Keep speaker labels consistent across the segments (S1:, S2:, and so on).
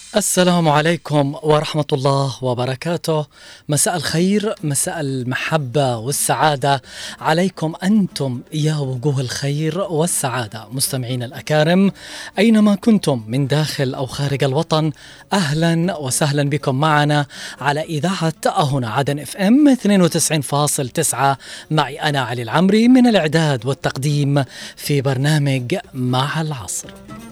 S1: السلام عليكم ورحمة الله وبركاته. مساء الخير، مساء المحبة والسعادة عليكم أنتم يا وجوه الخير والسعادة. مستمعين الأكارم أينما كنتم من داخل أو خارج الوطن، أهلا وسهلا بكم معنا على إذاعة هنا عدن FM 92.9. معي أنا علي العمري من الإعداد والتقديم في برنامج مع العصر.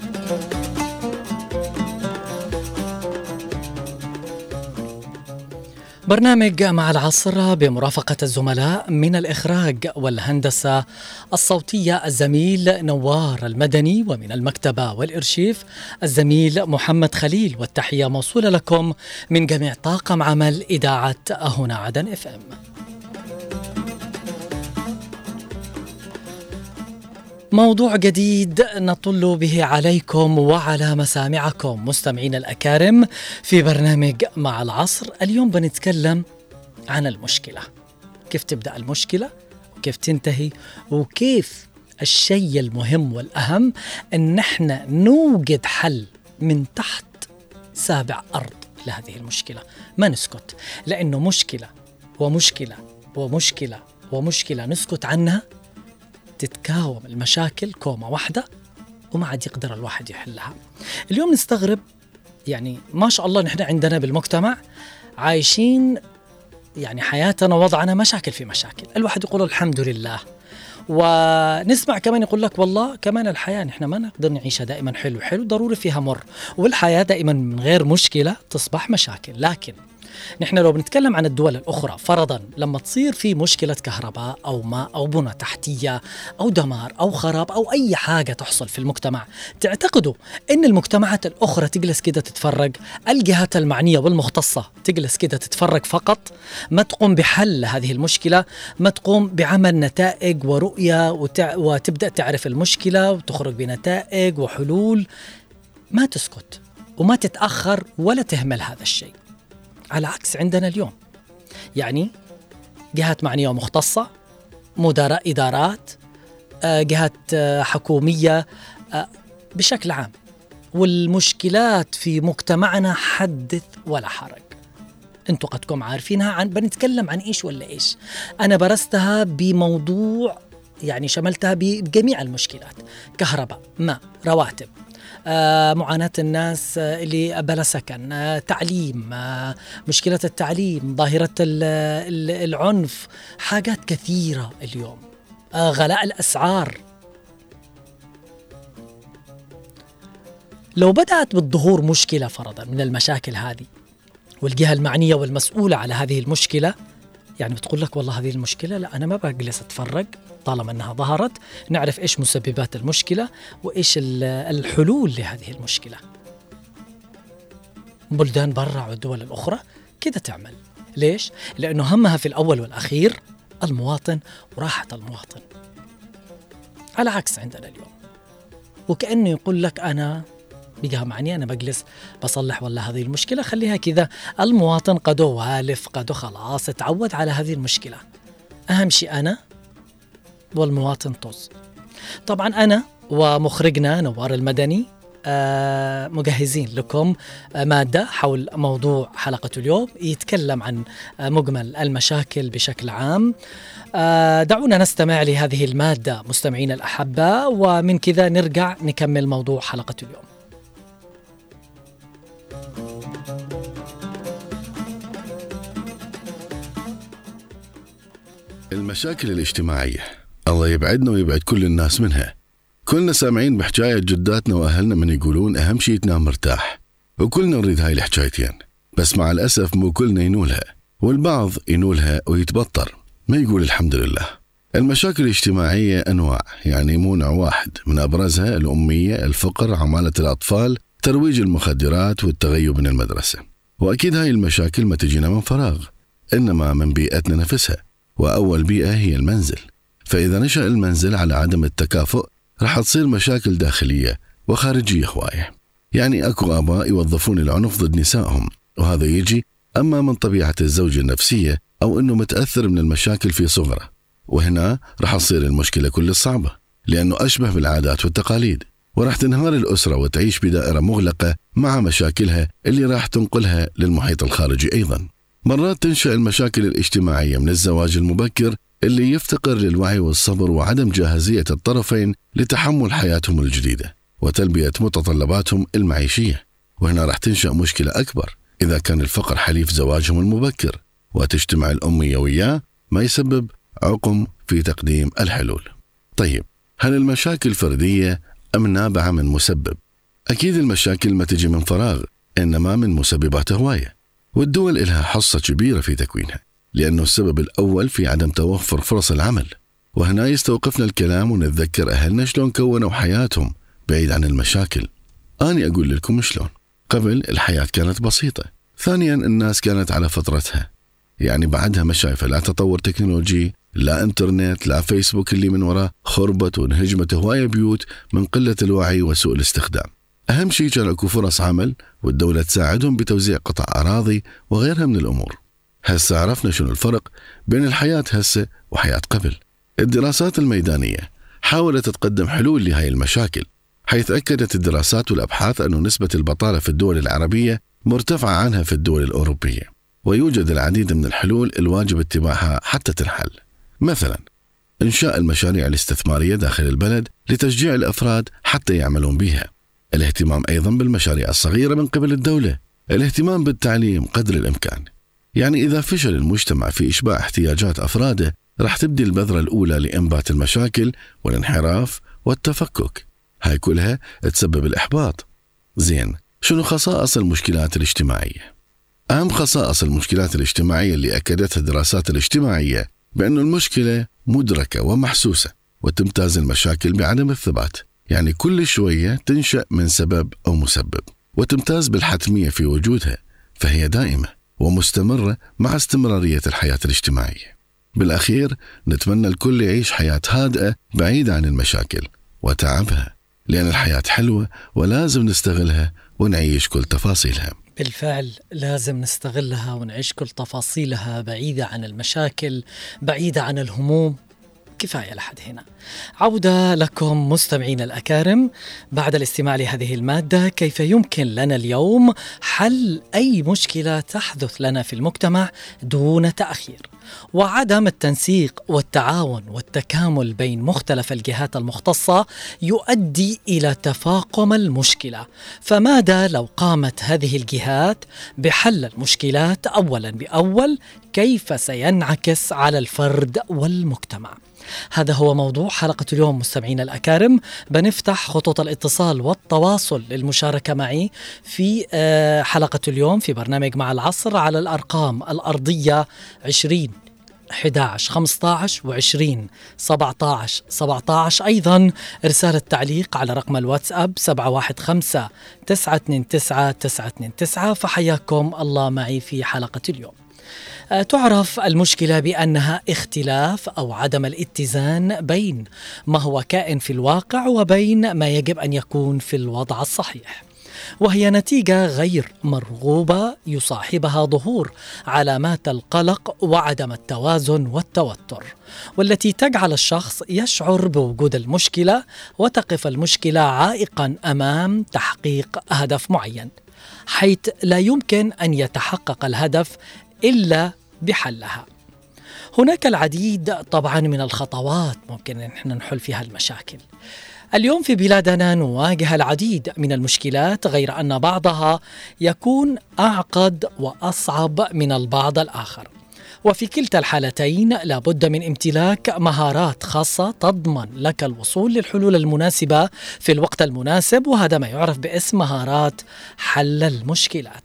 S1: برنامج مع العصر بمرافقة الزملاء من الإخراج والهندسة الصوتية الزميل نوار المدني، ومن المكتبة والإرشيف الزميل محمد خليل. والتحية موصولة لكم من جميع طاقم عمل إذاعة هنا عدن FM. موضوع جديد نطل به عليكم وعلى مسامعكم مستمعين الأكارم في برنامج مع العصر. اليوم بنتكلم عن المشكلة، كيف تبدأ المشكلة وكيف تنتهي، وكيف الشيء المهم والأهم أن احنا نوجد حل من تحت سابع أرض لهذه المشكلة. ما نسكت، لأنه مشكلة ومشكلة ومشكلة ومشكلة نسكت عنها تتكاوم المشاكل كومة واحدة وما عاد يقدر الواحد يحلها. اليوم نستغرب، يعني ما شاء الله نحن عندنا بالمجتمع عايشين يعني حياتنا وضعنا مشاكل في مشاكل. الواحد يقول الحمد لله، ونسمع كمان يقول لك والله كمان الحياة نحن ما نقدر نعيشها دائما حلو ضروري فيها مر، والحياة دائما من غير مشكلة تصبح مشاكل. لكن نحن لو بنتكلم عن الدول الأخرى، فرضا لما تصير في مشكلة كهرباء أو ماء أو بنى تحتية أو دمار أو خراب أو أي حاجة تحصل في المجتمع، تعتقدوا أن المجتمعات الأخرى تجلس كده تتفرج؟ الجهات المعنية والمختصة تجلس كده تتفرج فقط، ما تقوم بحل هذه المشكلة، ما تقوم بعمل نتائج ورؤية وتبدأ تعرف المشكلة وتخرج بنتائج وحلول؟ ما تسكت وما تتأخر ولا تهمل هذا الشيء. على عكس عندنا اليوم يعني جهات معنية ومختصة، مدراء إدارات، جهات حكومية بشكل عام، والمشكلات في مجتمعنا حدث ولا حرج. انتوا قدكم عارفينها. بنتكلم عن إيش ولا إيش؟ أنا برستها بموضوع يعني شملتها بجميع المشكلات: كهرباء، ماء، رواتب، معاناة الناس اللي بلا سكن، تعليم، مشكلة التعليم، ظاهرة العنف، حاجات كثيرة اليوم، غلاء الأسعار. لو بدأت بالظهور مشكلة فرضا من المشاكل هذه، والجهة المعنية والمسؤولة على هذه المشكلة يعني بتقول لك والله هذه المشكلة، لا أنا ما بجلس أتفرج طالما أنها ظهرت، نعرف إيش مسببات المشكلة وإيش الحلول لهذه المشكلة. بلدان برا والدول الأخرى كده تعمل. ليش؟ لأنه همها في الأول والأخير المواطن وراحة المواطن، على عكس عندنا اليوم. وكأنه يقول لك أنا بجهة معني أنا بجلس بصلح والله هذه المشكلة، خليها كذا، المواطن قد والف، قد خلاص تعود على هذه المشكلة، أهم شيء أنا والمواطن طز. طبعا أنا ومخرجنا نوار المدني مجهزين لكم مادة حول موضوع حلقة اليوم يتكلم عن مجمل المشاكل بشكل عام. دعونا نستمع لهذه المادة مستمعين الأحبة، ومن كذا نرجع نكمل موضوع حلقة اليوم.
S2: المشاكل الاجتماعية الله يبعدنا ويبعد كل الناس منها. كلنا سامعين بحكاية جداتنا وأهلنا من يقولون أهم شيء تنام مرتاح، وكلنا نريد هاي الحكايتين، بس مع الأسف مو كلنا ينولها، والبعض ينولها ويتبطر ما يقول الحمد لله. المشاكل الاجتماعية أنواع، يعني مو نوع واحد، من أبرزها الأمية، الفقر، عمالة الأطفال، ترويج المخدرات، والتغيب من المدرسة. وأكيد هاي المشاكل ما تجينا من فراغ، إنما من بيئتنا نفسها، وأول بيئة هي المنزل. فإذا نشأ المنزل على عدم التكافؤ رح تصير مشاكل داخلية وخارجية هواية. يعني أكو آباء يوظفون العنف ضد نسائهم، وهذا يجي أما من طبيعة الزوج النفسية أو أنه متأثر من المشاكل في صغره، وهنا رح تصير المشكلة كل صعبة لأنه أشبه بالعادات والتقاليد. وراح تنهار الأسرة وتعيش بدائرة مغلقة مع مشاكلها اللي راح تنقلها للمحيط الخارجي أيضا. مرات تنشأ المشاكل الاجتماعية من الزواج المبكر اللي يفتقر للوعي والصبر وعدم جاهزية الطرفين لتحمل حياتهم الجديدة وتلبية متطلباتهم المعيشية. وهنا راح تنشأ مشكلة أكبر إذا كان الفقر حليف زواجهم المبكر وتجتمع الأمية وياه، ما يسبب عقم في تقديم الحلول. طيب، هل المشاكل فردية أم نابعة من مسبب؟ أكيد المشاكل ما تجي من فراغ، إنما من مسببات هواية، والدول إلها حصة كبيرة في تكوينها، لأنه السبب الأول في عدم توفر فرص العمل. وهنا يستوقفنا الكلام ونتذكر أهلنا شلون كونوا حياتهم بعيد عن المشاكل. أنا أقول لكم شلون. قبل الحياة كانت بسيطة. ثانيا، الناس كانت على فطرتها، يعني بعدها ما شايفة لا تطور تكنولوجي، لا انترنت، لا فيسبوك اللي من وراه خربت وانهجمت هواية بيوت من قلة الوعي وسوء الاستخدام. أهم شيء كان اكو فرص عمل والدولة تساعدهم بتوزيع قطع أراضي وغيرها من الأمور. هسه عرفنا شنو الفرق بين الحياة هسه وحياة قبل. الدراسات الميدانية حاولت تقدم حلول لهاي المشاكل، حيث أكدت الدراسات والأبحاث أن نسبة البطالة في الدول العربية مرتفعة عنها في الدول الأوروبية، ويوجد العديد من الحلول الواجب اتباعها حتى تنحل. مثلا إنشاء المشاريع الاستثمارية داخل البلد لتشجيع الأفراد حتى يعملون بها، الاهتمام أيضا بالمشاريع الصغيرة من قبل الدولة، الاهتمام بالتعليم قدر الإمكان. يعني إذا فشل المجتمع في إشباع احتياجات أفراده راح تبدي البذرة الأولى لإنبات المشاكل والانحراف والتفكك، هاي كلها تسبب الإحباط. زين، شنو خصائص المشكلات الاجتماعية؟ أهم خصائص المشكلات الاجتماعية اللي أكدتها الدراسات الاجتماعية بأن المشكلة مدركة ومحسوسة، وتمتاز المشاكل بعدم الثبات، يعني كل شوية تنشأ من سبب أو مسبب، وتمتاز بالحتمية في وجودها، فهي دائمة ومستمرة مع استمرارية الحياة الاجتماعية. بالأخير نتمنى الكل يعيش حياة هادئة بعيدة عن المشاكل وتعبها، لأن الحياة حلوة ولازم نستغلها ونعيش كل تفاصيلها.
S1: بالفعل لازم نستغلها ونعيش كل تفاصيلها، بعيدة عن المشاكل، بعيدة عن الهموم. كفاية لحد هنا. عودة لكم مستمعين الأكارم بعد الاستماع لهذه المادة. كيف يمكن لنا اليوم حل أي مشكلة تحدث لنا في المجتمع دون تأخير؟ وعدم التنسيق والتعاون والتكامل بين مختلف الجهات المختصة يؤدي إلى تفاقم المشكلة. فماذا لو قامت هذه الجهات بحل المشكلات أولا بأول؟ كيف سينعكس على الفرد والمجتمع؟ هذا هو موضوع حلقة اليوم مستمعين الأكارم. بنفتح خطوط الاتصال والتواصل للمشاركة معي في حلقة اليوم في برنامج مع العصر على الأرقام الأرضية 20 11 15 و20 17 17. أيضا رسالة تعليق على رقم الواتساب 715 929 929. فحياكم الله معي في حلقة اليوم. تعرف المشكلة بأنها اختلاف أو عدم الاتزان بين ما هو كائن في الواقع وبين ما يجب أن يكون في الوضع الصحيح، وهي نتيجة غير مرغوبة يصاحبها ظهور علامات القلق وعدم التوازن والتوتر، والتي تجعل الشخص يشعر بوجود المشكلة وتقف المشكلة عائقا أمام تحقيق هدف معين، حيث لا يمكن أن يتحقق الهدف إلا بحلها. هناك العديد طبعا من الخطوات ممكن أن احنا نحل فيها المشاكل. اليوم في بلادنا نواجه العديد من المشكلات، غير أن بعضها يكون أعقد وأصعب من البعض الآخر، وفي كلتا الحالتين لابد من امتلاك مهارات خاصة تضمن لك الوصول للحلول المناسبة في الوقت المناسب، وهذا ما يعرف باسم مهارات حل المشكلات.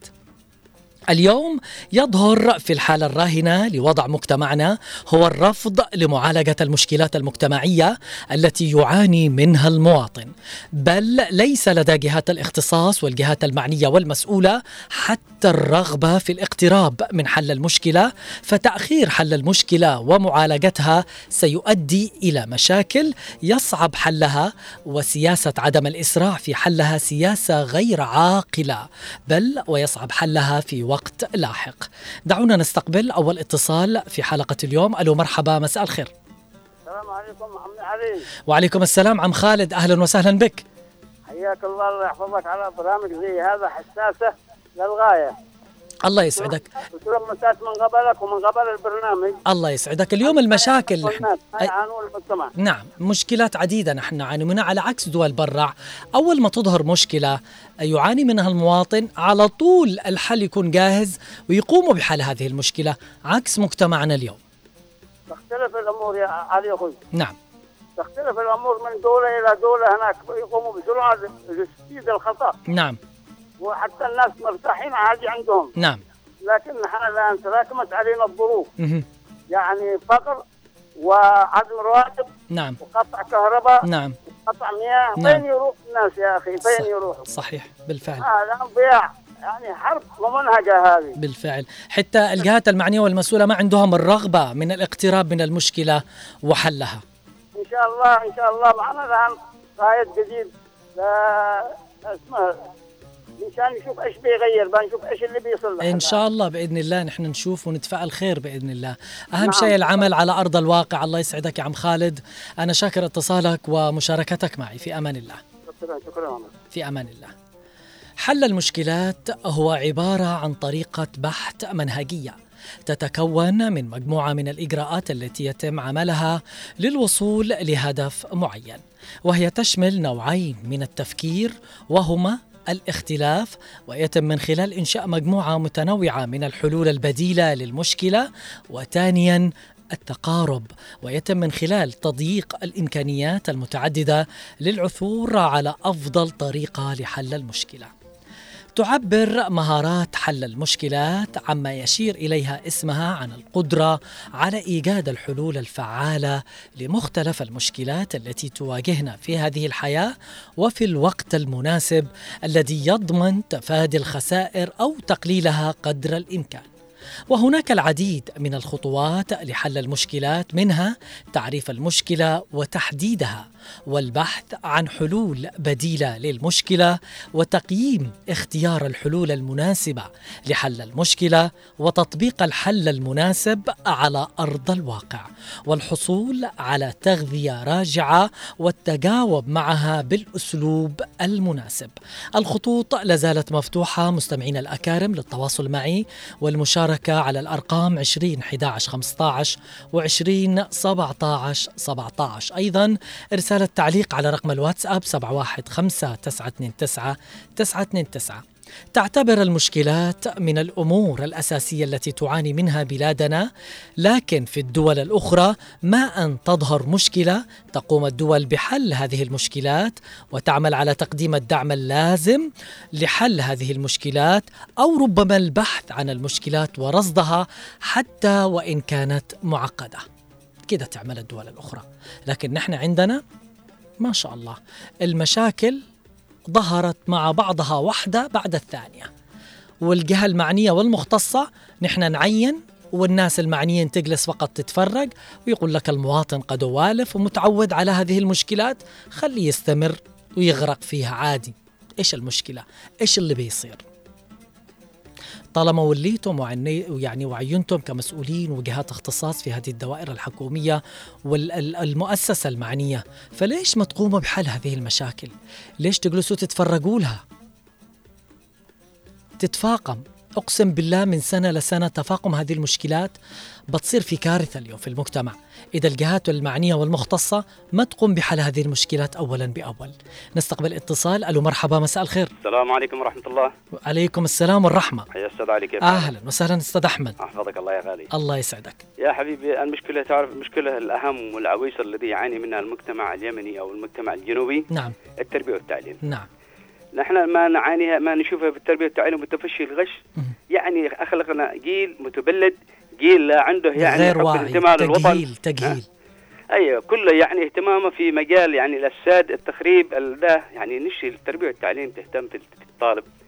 S1: اليوم يظهر في الحالة الراهنة لوضع مجتمعنا هو الرفض لمعالجة المشكلات المجتمعية التي يعاني منها المواطن، بل ليس لدى جهات الاختصاص والجهات المعنية والمسؤولة حتى الرغبة في الاقتراب من حل المشكلة، فتأخير حل المشكلة ومعالجتها سيؤدي إلى مشاكل يصعب حلها، وسياسة عدم الإسراع في حلها سياسة غير عاقلة، بل ويصعب حلها في وقت لاحق. دعونا نستقبل أول اتصال في حلقة اليوم. ألو، مرحبا، مساء الخير.
S3: السلام عليكم محمد علي.
S1: وعليكم السلام عم خالد، أهلا وسهلا بك.
S3: حياك الله يحفظك على برامج زي هذا حساسة للغاية.
S1: الله يسعدك.
S3: وتلمسات من قبلك ومن قبل البرنامج.
S1: الله يسعدك. اليوم المشاكل
S3: نعم
S1: مشكلات عديدة نحن نعاني منها على عكس دول برا. أول ما تظهر مشكلة يعاني منها المواطن على طول الحل يكون جاهز ويقوموا بحل هذه المشكلة، عكس مجتمعنا اليوم.
S3: تختلف الأمور يا علي أخوي.
S1: نعم
S3: تختلف الأمور من دولة إلى دولة، هناك يقوموا بسرعة لتسديد الخطأ.
S1: نعم.
S3: وحتى الناس مرتاحين عادي عندهم.
S1: نعم.
S3: لكن نحن الآن تراكمت علينا الظروف. يعني فقر وعدم رواتب.
S1: نعم.
S3: وقطع كهرباء.
S1: نعم.
S3: وقطع مياه.
S1: نعم.
S3: فين يروح الناس يا أخي؟ فين يروحوا؟
S1: صحيح بالفعل.
S3: الآن ضياع، يعني حرب ممنهجة هذه.
S1: بالفعل. حتى الجهات المعنية والمسؤولة ما عندهم الرغبة من الاقتراب من المشكلة وحلها.
S3: إن شاء الله معنا الآن قائد جديد اسمه مشان نشوف ايش بيغير، بنشوف ايش اللي بيصلح
S1: ان شاء الله باذن الله. نحن نشوف ونتفائل خير باذن الله. اهم
S3: نعم.
S1: شيء العمل على ارض الواقع. الله يسعدك يا عم خالد، انا شاكر اتصالك ومشاركتك معي. في امان الله.
S3: شكرا.
S1: في امان الله. حل المشكلات هو عبارة عن طريقة بحث منهجية تتكون من مجموعة من الإجراءات التي يتم عملها للوصول لهدف معين، وهي تشمل نوعين من التفكير وهما الاختلاف، ويتم من خلال إنشاء مجموعة متنوعة من الحلول البديلة للمشكلة، وثانياً التقارب، ويتم من خلال تضييق الإمكانيات المتعددة للعثور على أفضل طريقة لحل المشكلة. تعبر مهارات حل المشكلات عما يشير إليها اسمها عن القدرة على إيجاد الحلول الفعالة لمختلف المشكلات التي تواجهنا في هذه الحياة، وفي الوقت المناسب الذي يضمن تفادي الخسائر أو تقليلها قدر الإمكان. وهناك العديد من الخطوات لحل المشكلات، منها تعريف المشكلة وتحديدها، والبحث عن حلول بديلة للمشكلة، وتقييم اختيار الحلول المناسبة لحل المشكلة، وتطبيق الحل المناسب على أرض الواقع، والحصول على تغذية راجعة والتجاوب معها بالأسلوب المناسب. الخطوط لازالت مفتوحة مستمعين الأكارم للتواصل معي والمشاركة على الأرقام 20 11 15 و20 17 17. أيضا رسالة تعليق على رقم الواتساب 715 929 929. تعتبر المشكلات من الأمور الأساسية التي تعاني منها بلادنا، لكن في الدول الأخرى ما أن تظهر مشكلة تقوم الدول بحل هذه المشكلات وتعمل على تقديم الدعم اللازم لحل هذه المشكلات، أو ربما البحث عن المشكلات ورصدها حتى وإن كانت معقدة. كده تعمل الدول الأخرى، لكن نحن عندنا ما شاء الله المشاكل ظهرت مع بعضها واحدة بعد الثانية، والجهة المعنية والمختصة نحن نعين، والناس المعنيين تجلس فقط تتفرج، ويقول لك المواطن قد والف ومتعود على هذه المشكلات، خليه يستمر ويغرق فيها عادي. إيش المشكلة؟ إيش اللي بيصير؟ طالما وليتم وعينتم كمسؤولين وجهات اختصاص في هذه الدوائر الحكومية والمؤسسة المعنية، فليش ما تقوموا بحل هذه المشاكل؟ ليش تجلسوا تتفرجوا لها؟ تتفاقم. أقسم بالله من سنة لسنة تفاقم هذه المشكلات بتصير في كارثة اليوم في المجتمع إذا الجهات المعنية والمختصة ما تقوم بحل هذه المشكلات أولا بأول. نستقبل اتصال. ألو مرحبا، مساء الخير.
S4: السلام عليكم ورحمة الله.
S1: وعليكم السلام والرحمة.
S4: يا أستاذ علي، كيف
S1: أهلا وسهلا أستاذ أحمد.
S4: أحفظك الله يا غالي.
S1: الله يسعدك
S4: يا حبيبي. المشكلة تعرف المشكلة الأهم والعويصة الذي يعاني منها المجتمع اليمني أو المجتمع الجنوبي.
S1: نعم.
S4: التربية والتعليم.
S1: نعم.
S4: نحن ما نعانيها ما نشوفها في التربية والتعليم وتفشي الغش. يعني أخلقنا جيل متبلد، جيل لا عنده يعني
S1: غير واعي، تجهيل.
S4: أيوة، كله يعني اهتمامه في مجال يعني الأساد التخريب ده. يعني نشي التربية والتعليم تهتم في الطالب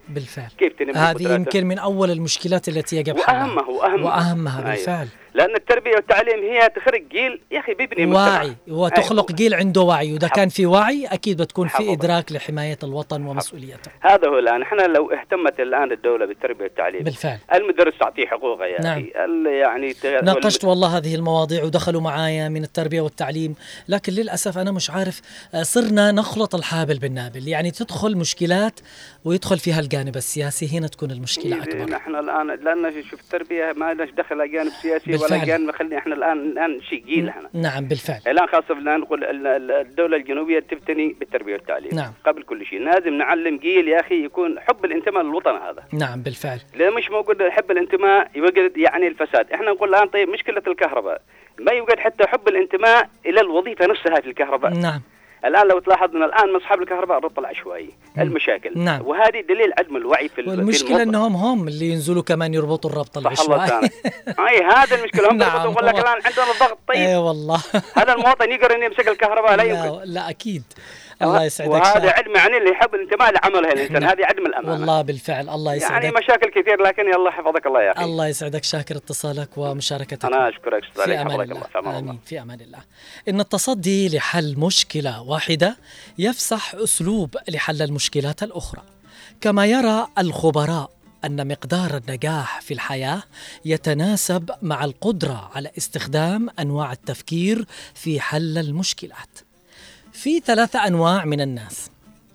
S1: بالفعل.
S4: كيف تنمي
S1: هذه
S4: قدراته.
S1: يمكن من أول المشكلات التي يجب حلها وأهمها بالفعل.
S4: لأن التربية والتعليم هي تخرج جيل يا أخي بيبني
S1: واعي وتخلق جيل عنده وعي، وإذا كان في وعي أكيد بتكون في
S4: حفظ.
S1: إدراك لحماية الوطن ومسؤوليته.
S4: هذا هو الآن. إحنا لو اهتمت الآن الدولة بالتربية والتعليم
S1: بالفعل،
S4: المدرس تعطيه حقوقه يا
S1: نعم.
S4: أخي. يعني
S1: ناقشت والله هذه المواضيع ودخلوا معايا من التربية والتعليم، لكن للأسف أنا مش عارف، صرنا نخلط الحابل بالنابل، يعني تدخل مشكلات ويدخل فيها الجانب السياسي، هنا تكون المشكلة أكبر.
S4: نحن الآن لأن شوف التربية ما لناش دخل جانب سياسي
S1: بالفعل.
S4: ولا جانب، خلينا إحنا الآن شيء جيل احنا.
S1: نعم بالفعل.
S4: الآن خاصة نقول الدولة الجنوبية تبتني بالتربية والتعليم.
S1: نعم.
S4: قبل كل شيء لازم نعلم جيل يا أخي يكون حب الانتماء للوطن هذا.
S1: نعم بالفعل.
S4: لأن مش موجود حب الانتماء يوجد يعني الفساد. إحنا نقول الآن طيب مشكلة الكهرباء ما يوجد حتى حب الانتماء إلى الوظيفة نفسها في الكهرباء.
S1: نعم.
S4: الآن لو تلاحظنا الآن من أصحاب الكهرباء ربط العشوائي المشاكل.
S1: نعم.
S4: وهذه دليل عدم الوعي في
S1: والمشكلة أنهم هم اللي ينزلوا كمان يربطوا الربط العشوائي.
S4: أي هذا المشكلة هم
S1: نعم.
S4: يقول لك الآن عندنا الضغط. طيب
S1: اي والله.
S4: هذا المواطن يقدر أن يمسك الكهرباء لا يمكن.
S1: لا أكيد. الله يسعدك.
S4: وهذا علم يعني اللي يحب الانتماء لعمله الإنسان.
S1: نعم.
S4: هذه عدم الأمانة.
S1: والله بالفعل. الله يسعدك.
S4: يعني مشاكل كثير لكن يلا حفظك الله يا أخي.
S1: الله يسعدك، شاكر اتصالك ومشاركتك.
S4: أنا أشكرك
S1: في أمان الله.
S4: الله.
S1: آمين. في أمان الله. إن التصدي لحل مشكلة واحدة يفسح أسلوب لحل المشكلات الأخرى. كما يرى الخبراء أن مقدار النجاح في الحياة يتناسب مع القدرة على استخدام أنواع التفكير في حل المشكلات. في 3 أنواع من الناس،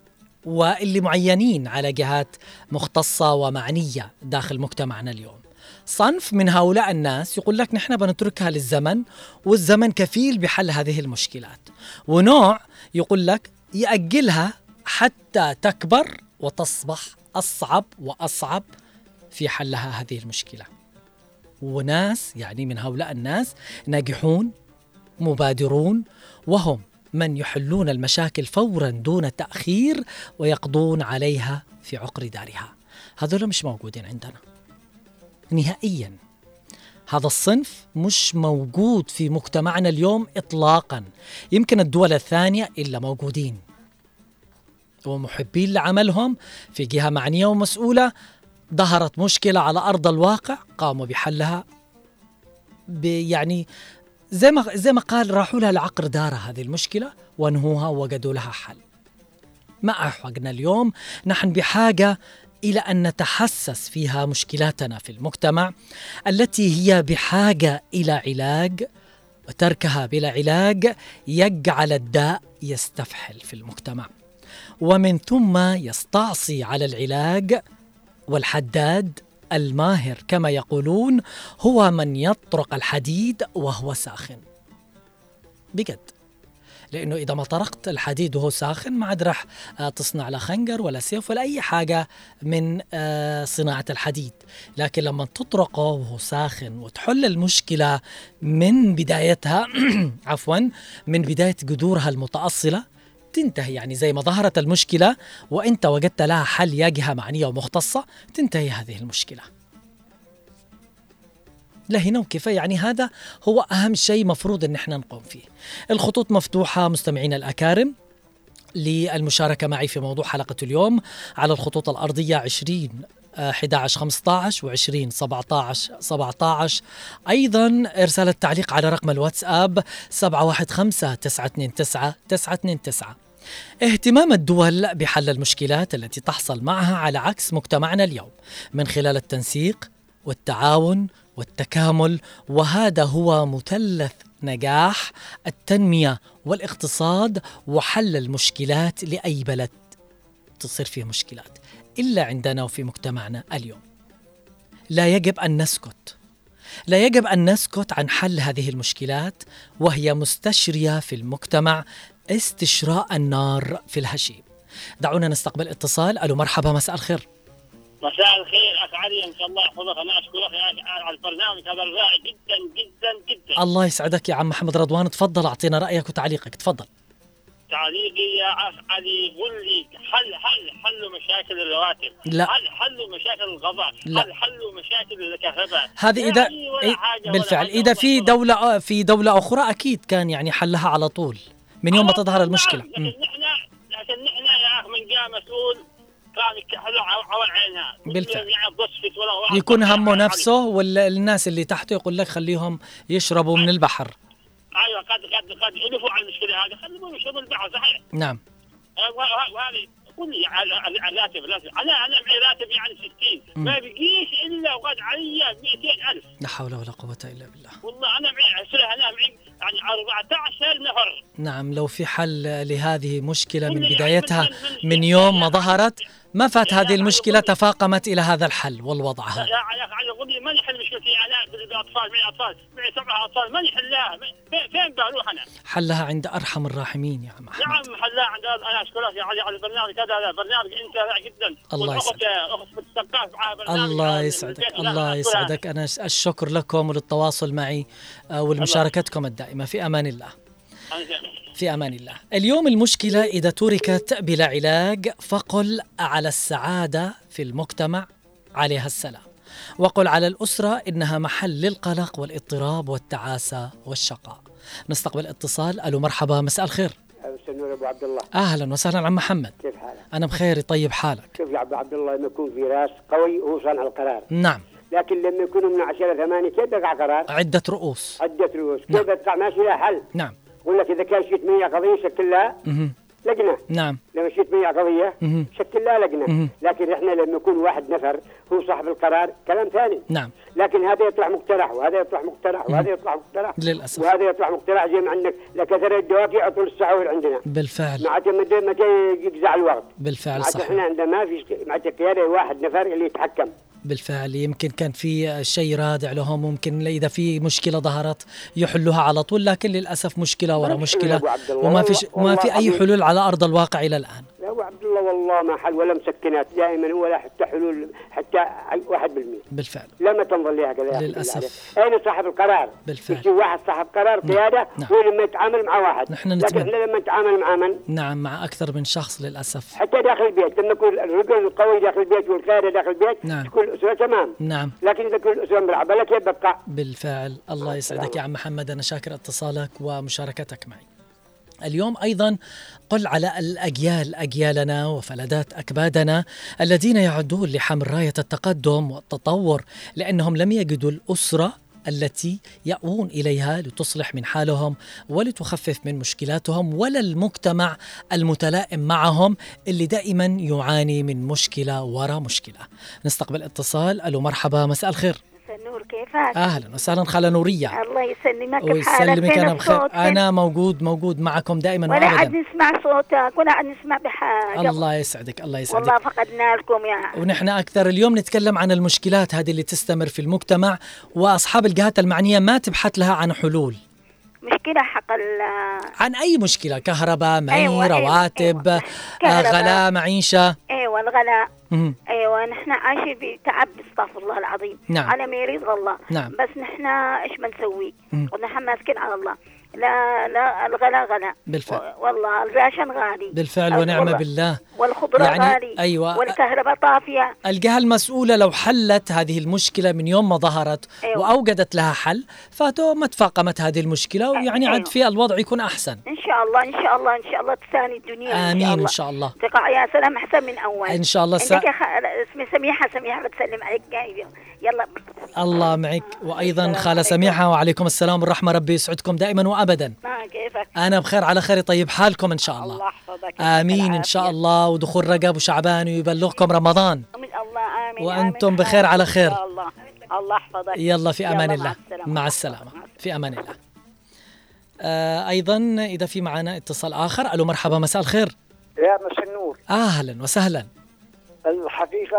S1: واللي معينين على جهات مختصة ومعنية داخل مجتمعنا اليوم. صنف من هؤلاء الناس يقول لك نحن بنتركها للزمن والزمن كفيل بحل هذه المشكلات، ونوع يقول لك يأجلها حتى تكبر وتصبح أصعب وأصعب في حلها هذه المشكلة. وناس يعني من هؤلاء الناس ناجحون مبادرون، وهم من يحلون المشاكل فورا دون تأخير ويقضون عليها في عقر دارها. هذول مش موجودين عندنا نهائيا. هذا الصنف مش موجود في مجتمعنا اليوم إطلاقا. يمكن الدول الثانية إلا موجودين ومحبين لعملهم في جهة معنية ومسؤولة، ظهرت مشكلة على أرض الواقع قاموا بحلها يعني زي ما قال راحوا لها لعقر دارها هذه المشكلة وانهوها ووجدوا لها حل. ما أحوجنا اليوم نحن بحاجة إلى أن نتحسس فيها مشكلاتنا في المجتمع التي هي بحاجة إلى علاج، وتركها بلا علاج يجعل الداء يستفحل في المجتمع، ومن ثم يستعصي على العلاج. والحداد الماهر كما يقولون هو من يطرق الحديد وهو ساخن بجد، لأنه إذا ما طرقت الحديد وهو ساخن ما عاد راح تصنع لا خنجر ولا سيف ولا أي حاجة من صناعة الحديد. لكن لما تطرقه وهو ساخن وتحل المشكلة من بدايتها عفوا من بداية جذورها المتأصلة تنتهي. يعني زي ما ظهرت المشكلة وإنت وجدت لها حل يا جهة معنية ومختصة تنتهي هذه المشكلة. لا هنا وكيف. يعني هذا هو أهم شيء مفروض أن احنا نقوم فيه. الخطوط مفتوحة مستمعين الأكارم للمشاركة معي في موضوع حلقة اليوم على الخطوط الأرضية 20 11 15 و20 17 17. أيضا إرسال التعليق على رقم الواتساب 715 929 929. اهتمام الدول بحل المشكلات التي تحصل معها على عكس مجتمعنا اليوم من خلال التنسيق والتعاون والتكامل، وهذا هو مثلث نجاح التنمية والاقتصاد وحل المشكلات لأي بلد تصير فيه مشكلات. إلا عندنا وفي مجتمعنا اليوم لا يجب أن نسكت، لا يجب أن نسكت عن حل هذه المشكلات وهي مستشرية في المجتمع استشراء النار في الهشيم. دعونا نستقبل اتصال. ألو مرحبا، مساء الخير.
S5: مساء الخير أخ علي، إن شاء الله يحفظك. أنا أشكرك على البرنامج هذا الرائع جدا جدا جدا.
S1: الله يسعدك يا عم محمد رضوان، تفضل أعطينا رأيك وتعليقك. تفضل.
S5: تعليقي يا أخ علي، قل لي حل مشاكل الرواتب،
S1: لا.
S5: حل مشاكل الغذاء،
S1: لا.
S5: حل مشاكل الكهرباء.
S1: هذه إذا بالفعل إذا في دولة أخرى أكيد كان يعني حلها على طول من يوم ما تظهر المشكلة.
S5: لكن نحن يا أخ من جاء مسؤول كان حلو عوال عينها
S1: بالفعل.
S5: يعني ضصفت ولا
S1: يكون همه نفسه ولا الناس اللي تحته يقول لك خليهم يشربوا من البحر.
S5: ايوه قد يلفوا على المشكله هذه خليهم يشربوا البحر صحيح.
S1: نعم.
S5: وهذه قل لي على الراتب انا معي راتب يعني 60 ما بيجيش الا وقد علي 200,000.
S1: لا حول ولا قوة الا بالله.
S5: والله انا معي يعني 14 نفر.
S1: نعم لو في حل لهذه مشكلة من بدايتها من يوم ما ظهرت ما فات هذه المشكلة تفاقمت إلى هذا الحل والوضع هذا.
S5: يا قل لي ما يحل مشكلتي انا بالاطفال معي 7 اطفال ما يحلها فين بروح انا؟
S1: حلها عند أرحم الراحمين يا عم أحمد.
S5: نعم حلها عند انا اشكرك يا علي على البرنامج هذا برنامج انت رائع جدا.
S1: الله يسعدك.
S5: الثقافة
S1: الله يسعدك الله يسعدك. أنا الشكر لكم وللتواصل معي ولمشاركتكم الدائمة. في أمان الله. في أمان الله. اليوم المشكلة إذا تركت بلا علاج فقل على السعادة في المجتمع عليها السلام، وقل على الأسرة إنها محل للقلق والاضطراب والتعاسة والشقاء. نستقبل اتصال. ألو مرحبا، مساء الخير.
S6: السنور ابو عبد الله.
S1: اهلا وسهلا عم محمد.
S6: كيف حالك؟
S1: انا بخير. طيب حالك؟
S6: شوف يا ابو عبد الله لما يكون في راس قوي هو صانع القرار.
S1: نعم.
S6: لكن لما يكونوا من 10 8 كيف يقع قرار؟
S1: عدة رؤوس.
S6: عدة رؤوس. كيف يقع ماشي لها حل؟
S1: نعم.
S6: يقول لك اذا كان شيت 100 قضيه شكل لها لجنه.
S1: نعم.
S6: لما شيت 100 قضيه شكل لها لجنه. لكن احنا لما يكون واحد نفر هو صاحب القرار كلام ثاني.
S1: نعم.
S6: لكن هذا يطلع مقترح وهذا يطلع مقترح وهذا يطلع مقترح
S1: للاسف.
S6: وهذا يطلع مقترح زي ما عندك لكثر الدواكي طول السعور عندنا.
S1: بالفعل.
S6: معناته متى يجزع الوقت.
S1: بالفعل صحيح.
S6: احنا عندنا ما في معناته قياده واحد نفر اللي يتحكم.
S1: بالفعل. يمكن كان في شيء رادع لهم، ممكن إذا في مشكلة ظهرت يحلوها على طول، لكن للأسف مشكلة وراء مشكلة وما في أي حلول على أرض الواقع إلى الآن.
S6: لا أبو عبد الله والله ما حل ولا مسكنات دائما ولا حتى حلول حتى 1%.
S1: بالفعل.
S6: لما تنظر لها كذا
S1: للأسف.
S6: أين صاحب القرار؟
S1: بالفعل.
S6: يجي واحد صاحب قرار قيادة هو لما يتعامل مع واحد.
S1: نحن
S6: لكن احنا لما نتعامل مع من؟
S1: نعم مع أكثر من شخص للأسف.
S6: حتى داخل البيت لما يكون الرجل القوي داخل البيت والقيادة داخل البيت
S1: نعم.
S6: تكون الأسرة تمام.
S1: نعم.
S6: لكن إذا كل الأسرة ملعبة لك يبقى.
S1: بالفعل. الله يسعدك يا عم محمد. أنا شاكر اتصالك ومشاركتك معي. اليوم أيضا قل على الأجيال، أجيالنا وفلذات أكبادنا الذين يعدون لحمل راية التقدم والتطور، لأنهم لم يجدوا الأسرة التي يأوون إليها لتصلح من حالهم ولتخفف من مشكلاتهم، ولا المجتمع المتلائم معهم اللي دائما يعاني من مشكلة وراء مشكلة. نستقبل اتصال. ألو مرحبا، مساء الخير.
S7: نور كيفك؟
S1: أهلا وسهلا خالة نورية.
S7: الله يسلمك.
S1: ويسلمك. أنا بخير. أنا موجود معكم دائما
S7: ولا عاد نسمع صوتك ولا عاد نسمع بحاجة.
S1: الله يسعدك. الله يسعدك.
S7: والله فقدنا لكم يا.
S1: ونحن أكثر. اليوم نتكلم عن المشكلات هذه اللي تستمر في المجتمع، وأصحاب الجهات المعنية ما تبحث لها عن حلول.
S7: مشكلة حق
S1: عن أي مشكلة، كهرباء، مي، رواتب، غلاء، معيشة.
S7: أيوة الغلاء. أيوة نحن عايشين بتعب استغفر الله العظيم.
S1: نعم.
S7: على ما يريد الله.
S1: نعم.
S7: بس نحن إيش بنسوي؟ ونحن ماسكين على الله. لا الغلاء غلاء.
S1: بالفعل.
S7: والله الراشن غالي.
S1: بالفعل ونعم بالله.
S7: والخضرة
S1: يعني
S7: غالي.
S1: أيوة.
S7: والكهرباء طافية.
S1: الجهة المسؤولة لو حلت هذه المشكلة من يوم ما ظهرت
S7: أيوة.
S1: وأوجدت لها حل ما تفاقمت هذه المشكلة، ويعني
S7: أيوة.
S1: عاد في الوضع يكون أحسن
S7: إن شاء الله. إن شاء الله. إن شاء الله تساني الدنيا.
S1: آمين. إن شاء الله.
S7: تقع يا سلام أحسن من أول.
S1: إن شاء الله.
S7: اسمي سميحة بتسلم عليك. يلا.
S1: الله معك. وأيضا خالة سميحة. وعليكم السلام والرحمة. ربي يسعدكم دائما وأبدا.
S7: كيفك؟
S1: أنا بخير على خير. طيب حالكم إن شاء الله.
S7: الله يحفظك.
S1: آمين إن شاء الله. ودخول رجب وشعبان ويبلغكم رمضان.
S7: الله آمين.
S1: وأنتم بخير على خير.
S7: الله يحفظك.
S1: يلا في أمان الله. مع السلامة. في أمان الله. أيضا إذا في معنا اتصال آخر. ألو مرحبا، مساء الخير.
S6: يا مساء النور.
S1: أهلا وسهلا.
S6: الحقيقة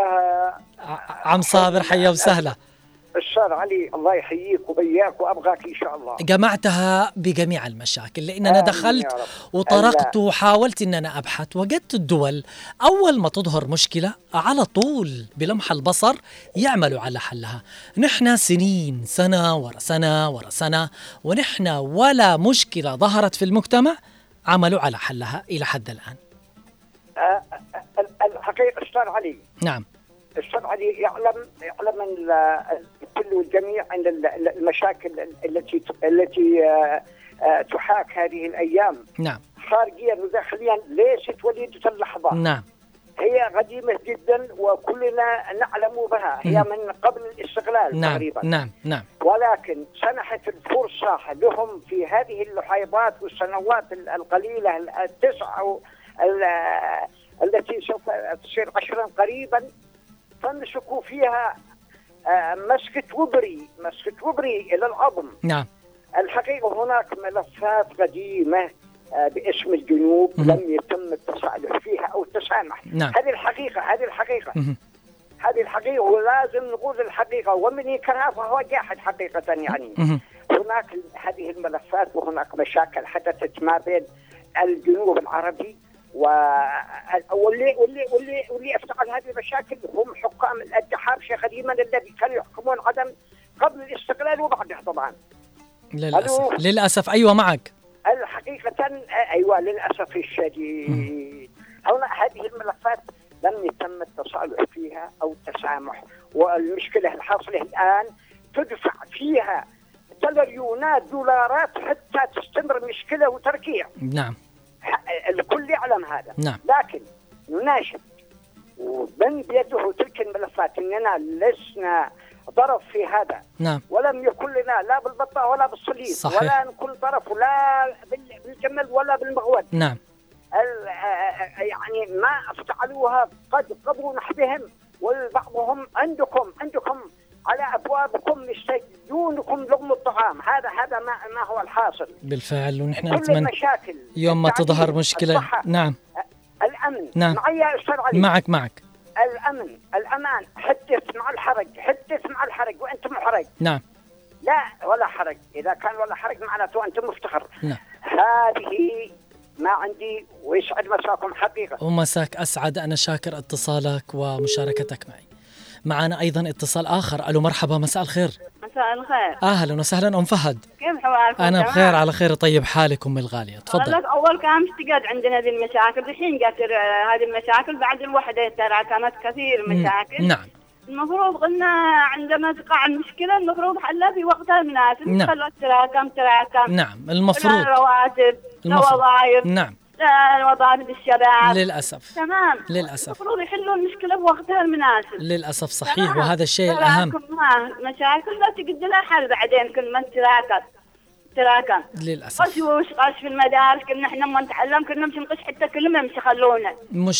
S1: عم صابر، حيا وسهلا.
S6: الشار علي الله يحييك وبياك وأبغاك إن شاء الله.
S1: جمعتها بجميع المشاكل، لأن أنا دخلت وطرقت وحاولت أن أنا أبحث. وجدت الدول أول ما تظهر مشكلة على طول بلمح البصر يعملوا على حلها. نحن سنين، سنة ورا سنة ورا سنة، ونحن ولا مشكلة ظهرت في المجتمع عملوا على حلها إلى حد الآن.
S6: الحقيقة الشار علي.
S1: نعم.
S6: الشرع يعلم الكل والجميع عن المشاكل التي تحاك هذه الأيام.
S1: نعم.
S6: خارجيا وداخليا ليست وليدة اللحظة.
S1: نعم.
S8: هي قديمة جدا وكلنا نعلم بها، هي من قبل الاستقلال تقريبا.
S1: نعم.
S8: ولكن سنحت الفرصة لهم في هذه اللحيضات والسنوات القليلة التسع التي سوف تصير 10 قريبا، فمسكوا فيها مسكة وبري إلى العظم.
S1: نعم.
S8: الحقيقة هناك ملفات قديمة باسم الجنوب لم يتم التصالح فيها أو التسامح.
S1: نعم.
S8: هذه الحقيقة ولازم نقول الحقيقة، ومن يكرهها فهو جاحد حقيقة يعني. هناك هذه الملفات وهناك مشاكل حدثت ما بين الجنوب العربي واللي افتعل هذه المشاكل هم حكام الاتحاد قديما الذي كانوا يحكمون عدن قبل الاستقلال وبعده طبعا.
S1: للأسف أيوة معك.
S8: الحقيقة أيوة للأسف الشديد هنا هذه الملفات لم يتم التصالح فيها أو التسامح، والمشكلة الحاصلة الآن تدفع فيها تريليونات دولارات حتى تستمر مشكلة وتركيع.
S1: نعم.
S8: الكل يعلم هذا.
S1: نعم.
S8: لكن نناشد ومن بيده تلك الملفات أننا لسنا طرف في هذا.
S1: نعم.
S8: ولم يكن لنا لا بالبطة ولا بالصليب.
S1: صحيح.
S8: ولا نكون طرف لا بالجمل ولا بالمغود.
S1: نعم.
S8: يعني ما افتعلوها قد قبوا نحبهم، والبعضهم عندكم على أبوابكم يستجدونكم لقم الطعام. هذا ما هو الحاصل
S1: بالفعل. ونحن
S8: كل
S1: نتمنى
S8: المشاكل
S1: يوم ما تظهر مشكلة. نعم.
S8: الأمن.
S1: نعم.
S8: معي يا أستاذ علي.
S1: معك.
S8: الأمان حدث مع الحرج وأنت محرج.
S1: نعم.
S8: لا ولا حرج، إذا كان ولا حرج معناته أنت مفتخر.
S1: نعم.
S8: هذه ما عندي، ويسعد مساكم حقيقة.
S1: ومساك أسعد، أنا شاكر اتصالك ومشاركتك معي. معنا أيضا اتصال آخر. ألو مرحبا، مساء الخير.
S7: مساء الخير.
S1: أهلا وسهلا أم فهد.
S7: كيف حوالكم؟
S1: أنا بخير على خير. طيب حالك أم الغالية؟ تفضل.
S7: أول كان اشتقاد عندنا هذه المشاكل، الحين جات هذه المشاكل بعد الوحدة ترى كانت كثير مشاكل.
S1: نعم.
S7: المفروض قلنا عندما تقع المشكلة المفروض حلها في وقتها المناسب.
S1: نعم.
S7: خلوا تراكم.
S1: نعم المفروض.
S7: لا رواتب لا وظائف.
S1: نعم.
S7: لا وظائف الشباب.
S1: للأسف.
S7: تمام.
S1: للأسف.
S7: المفروض يحلوا المشكلة بوقتها المناسب.
S1: للأسف صحيح. وهذا الشيء الأهم.
S7: مشاكل لا تقد لها حل بعدين كل ما تراكم.
S1: للأسف.
S7: قش في المدارس كنا احنا ما نتعلم كنا نمشي نقش حتى كلمة مش يخلونا.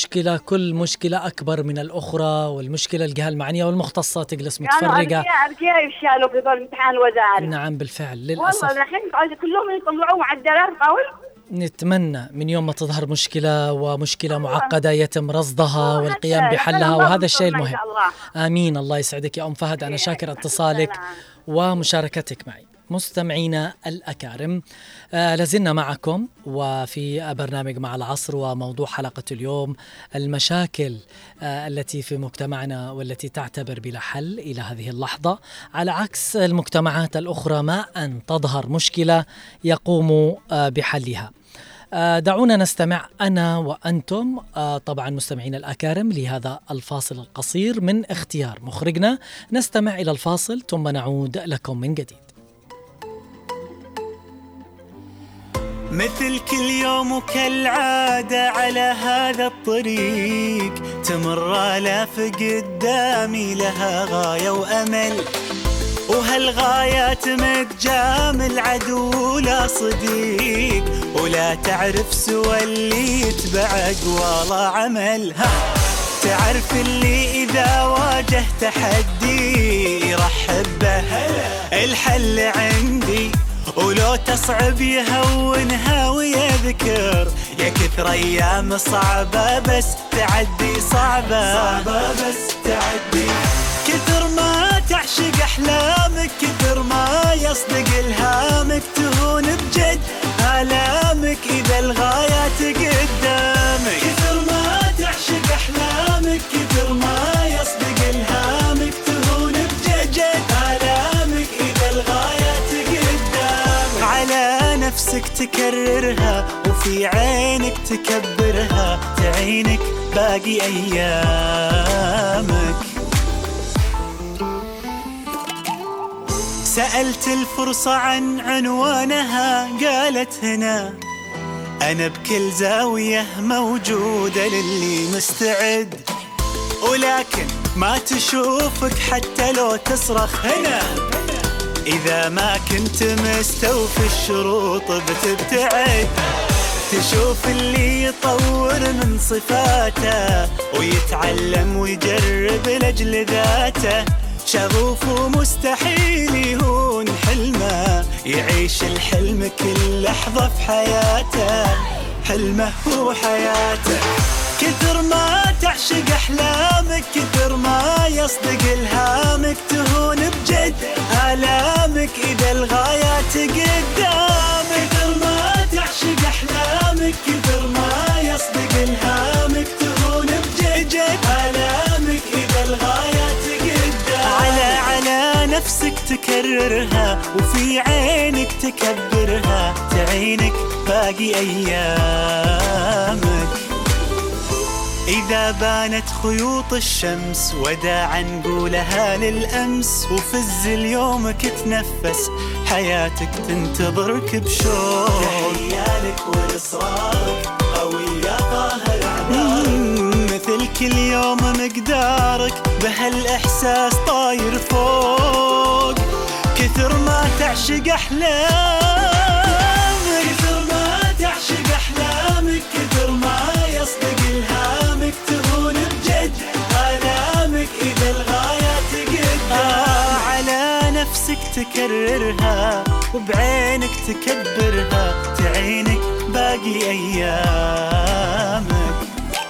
S1: كل مشكلة أكبر من الأخرى، والمشكلة الجهة المعنية والمختصة تجلس متفرقة.
S7: أركيا يفشلوا في امتحان الوزاري.
S1: نعم بالفعل للأسف.
S7: والله الحين كلهم يطلعوا معدلات قوي.
S1: نتمنى من يوم ما تظهر مشكلة معقدة يتم رصدها والقيام بحلها، وهذا الشيء المهم. آمين. الله يسعدك يا أم فهد، أنا شاكر اتصالك ومشاركتك معي. مستمعينا الأكارم، لازلنا معكم وفي برنامج مع العصر، وموضوع حلقة اليوم المشاكل التي في مجتمعنا والتي تعتبر بلا حل إلى هذه اللحظة، على عكس المجتمعات الأخرى ما أن تظهر مشكلة يقوم بحلها. دعونا نستمع أنا وأنتم طبعا مستمعين الأكارم لهذا الفاصل القصير من اختيار مخرجنا. نستمع إلى الفاصل ثم نعود لكم من جديد.
S9: مثل كل يوم وكالعادة على هذا الطريق تمر آلاف قدامي لها غاية وأمل، وهالغايات متجامل عدو لا صديق، ولا تعرف سوى اللي يتبع أقوى عمل. تعرف اللي إذا واجه تحدي يرحب به، الحل عندي ولو تصعب يهونها ويذكر، يا كثر أيام صعبة بس تعدي، صعبة بس تعدي. كثر ما تعشق أحلامك كثر ما يصدق إلهامك، تهون بجد آلامك إذا الغايات قدامك. كثر ما تعشق أحلامك كثر ما يصدق إلهامك، تهون بجد آلامك إذا الغايات قدامك. على نفسك تكررها وفي عينك تكبرها، تعينك باقي أيامك. سألت الفرصة عن عنوانها قالت هنا، أنا بكل زاوية موجودة للي مستعد، ولكن ما تشوفك حتى لو تصرخ هنا. إذا ما كنت مستوفي الشروط بتبتعد، تشوف اللي يطور من صفاته ويتعلم ويجرب لأجل ذاته، شغوف ومستحيل يهون حلمه، يعيش الحلم كل لحظة في حياته، حلمه هو حياته. كثر ما تعشق أحلامك، كثر ما يصدق إلهامك، تهون بجد آلامك إذا الغايات قدامك. كثر ما تعشق أحلامك، كثر ما يصدق إلهامك، تهون بجد آلامك إذا الغايات قدامك. على نفسك تكررها وفي عينك تكبرها، تعينك باقي أيامك. إذا بانت خيوط الشمس وداعا نقولها للأمس، وفز اليومك تنفس، حياتك تنتظرك بشوق. تحيالك وإصرارك قوية قاهر أعذارك، مثل كل يوم مقدارك بهالإحساس طاير فوق. كثر ما تعشق أحلامك، كثر ما تعشق أحلامك، كثر ما يصدق إلهامك، تهون بجد آلامك إذا الغايات قدامك. على نفسك تكررها وبعينك تكبرها، تعينك باقي أيامك.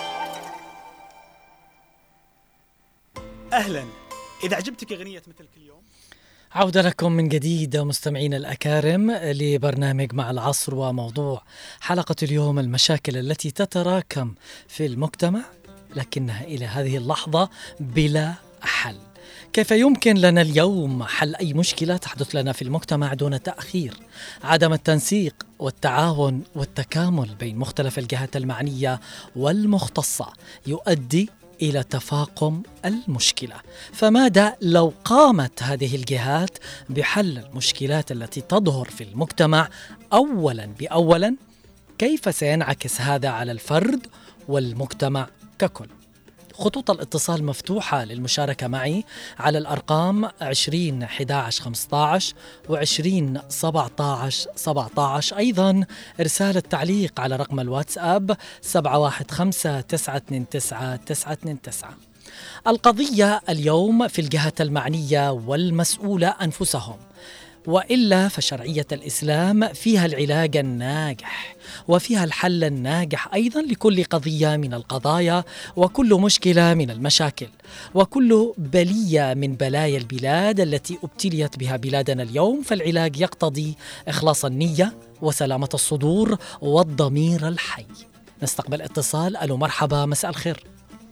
S9: أهلا، إذا عجبتك أغنية مثل كل يوم.
S1: عودة لكم من جديد مستمعين الأكارم لبرنامج مع العصر، وموضوع حلقة اليوم المشاكل التي تتراكم في المجتمع لكنها إلى هذه اللحظة بلا حل. كيف يمكن لنا اليوم حل أي مشكلة تحدث لنا في المجتمع دون تأخير؟ عدم التنسيق والتعاون والتكامل بين مختلف الجهات المعنية والمختصة يؤدي إلى تفاقم المشكلة. فماذا لو قامت هذه الجهات بحل المشكلات التي تظهر في المجتمع أولا بأولا؟ كيف سينعكس هذا على الفرد والمجتمع ككل؟ خطوط الاتصال مفتوحة للمشاركة معي على الأرقام 20 11 15 و20 17 17. أيضا إرسال التعليق على رقم الواتساب 715 929 929. القضية اليوم في الجهات المعنية والمسؤولة أنفسهم، وإلا فشرعية الإسلام فيها العلاج الناجح وفيها الحل الناجح أيضا لكل قضية من القضايا، وكل مشكلة من المشاكل، وكل بلية من بلايا البلاد التي ابتليت بها بلادنا اليوم. فالعلاج يقتضي إخلاص النية وسلامة الصدور والضمير الحي. نستقبل اتصال. ألو مرحبا، مساء الخير.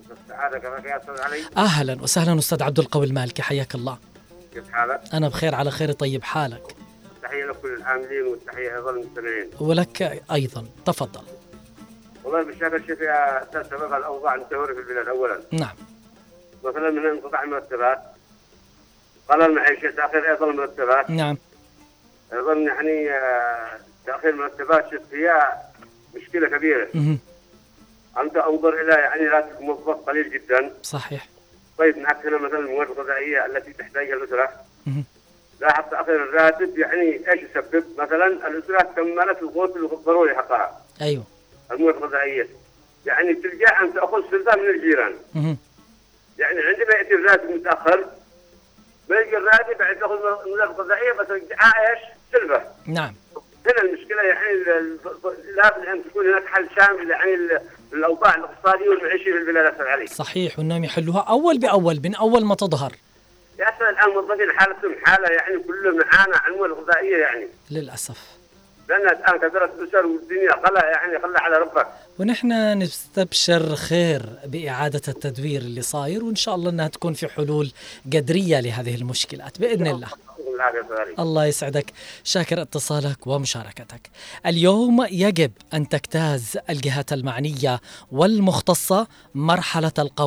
S1: أهلا وسهلا أستاذ عبد القوي المالكي، حياك الله.
S10: كيف حالك؟
S1: أنا بخير على خير. طيب حالك؟
S10: تحية لكل العاملين والتحية أيضا للمستمعين.
S1: ولك أيضا، تفضل.
S10: والله بالشكل شوف يا أستاذ سبب الأوضاع المتدهورة في البلاد أولا.
S1: نعم.
S10: مثلا من انقطاع المرتبات، قلل المعيشة، تأخير أيضا المرتبات.
S1: نعم.
S10: أيضا يعني تأخير المرتبات شوف هي مشكلة كبيرة. أنت أنظر إلى يعني راتب موظف قليل جدا.
S1: صحيح.
S10: طيب معك هنا مثلا المواد الغذائية التي تحتاجها الأسرة. لاحظ تأخير الراتب يعني إيش يسبب؟ مثلا الأسرة كملت القوت الضروري حقها.
S1: أيوه.
S10: المواد الغذائية يعني تلجأ أن تأخذ سلفة من الجيران. يعني عندما يأتي الراتب متأخر ما يجي الراتب بعد تأخذ مواد غذائية بس رجعها إيش؟ سلفة.
S1: نعم.
S10: هنا المشكلة يعني لابد أن تكون هناك حل شامل يعني الأوضاع الاقتصادية والمعيشية في البلاد أكثر عليه.
S1: صحيح، وإنهم يحلوها أول بأول من أول ما تظهر.
S10: يا أخي الآن موظفين حالتهم حالة يعني كلهم معانا على المواد الغذائية يعني.
S1: للأسف.
S10: لأن الآن كثرت الأسر والدنيا خلى على ربك.
S1: ونحن نستبشر خير بإعادة التدوير اللي صاير، وإن شاء الله أنها تكون في حلول قدرية لهذه المشكلات بإذن الله. الله يسعدك، شاكر اتصالك ومشاركتك. اليوم يجب أن تجتاز الجهات المعنية والمختصة مرحلة القول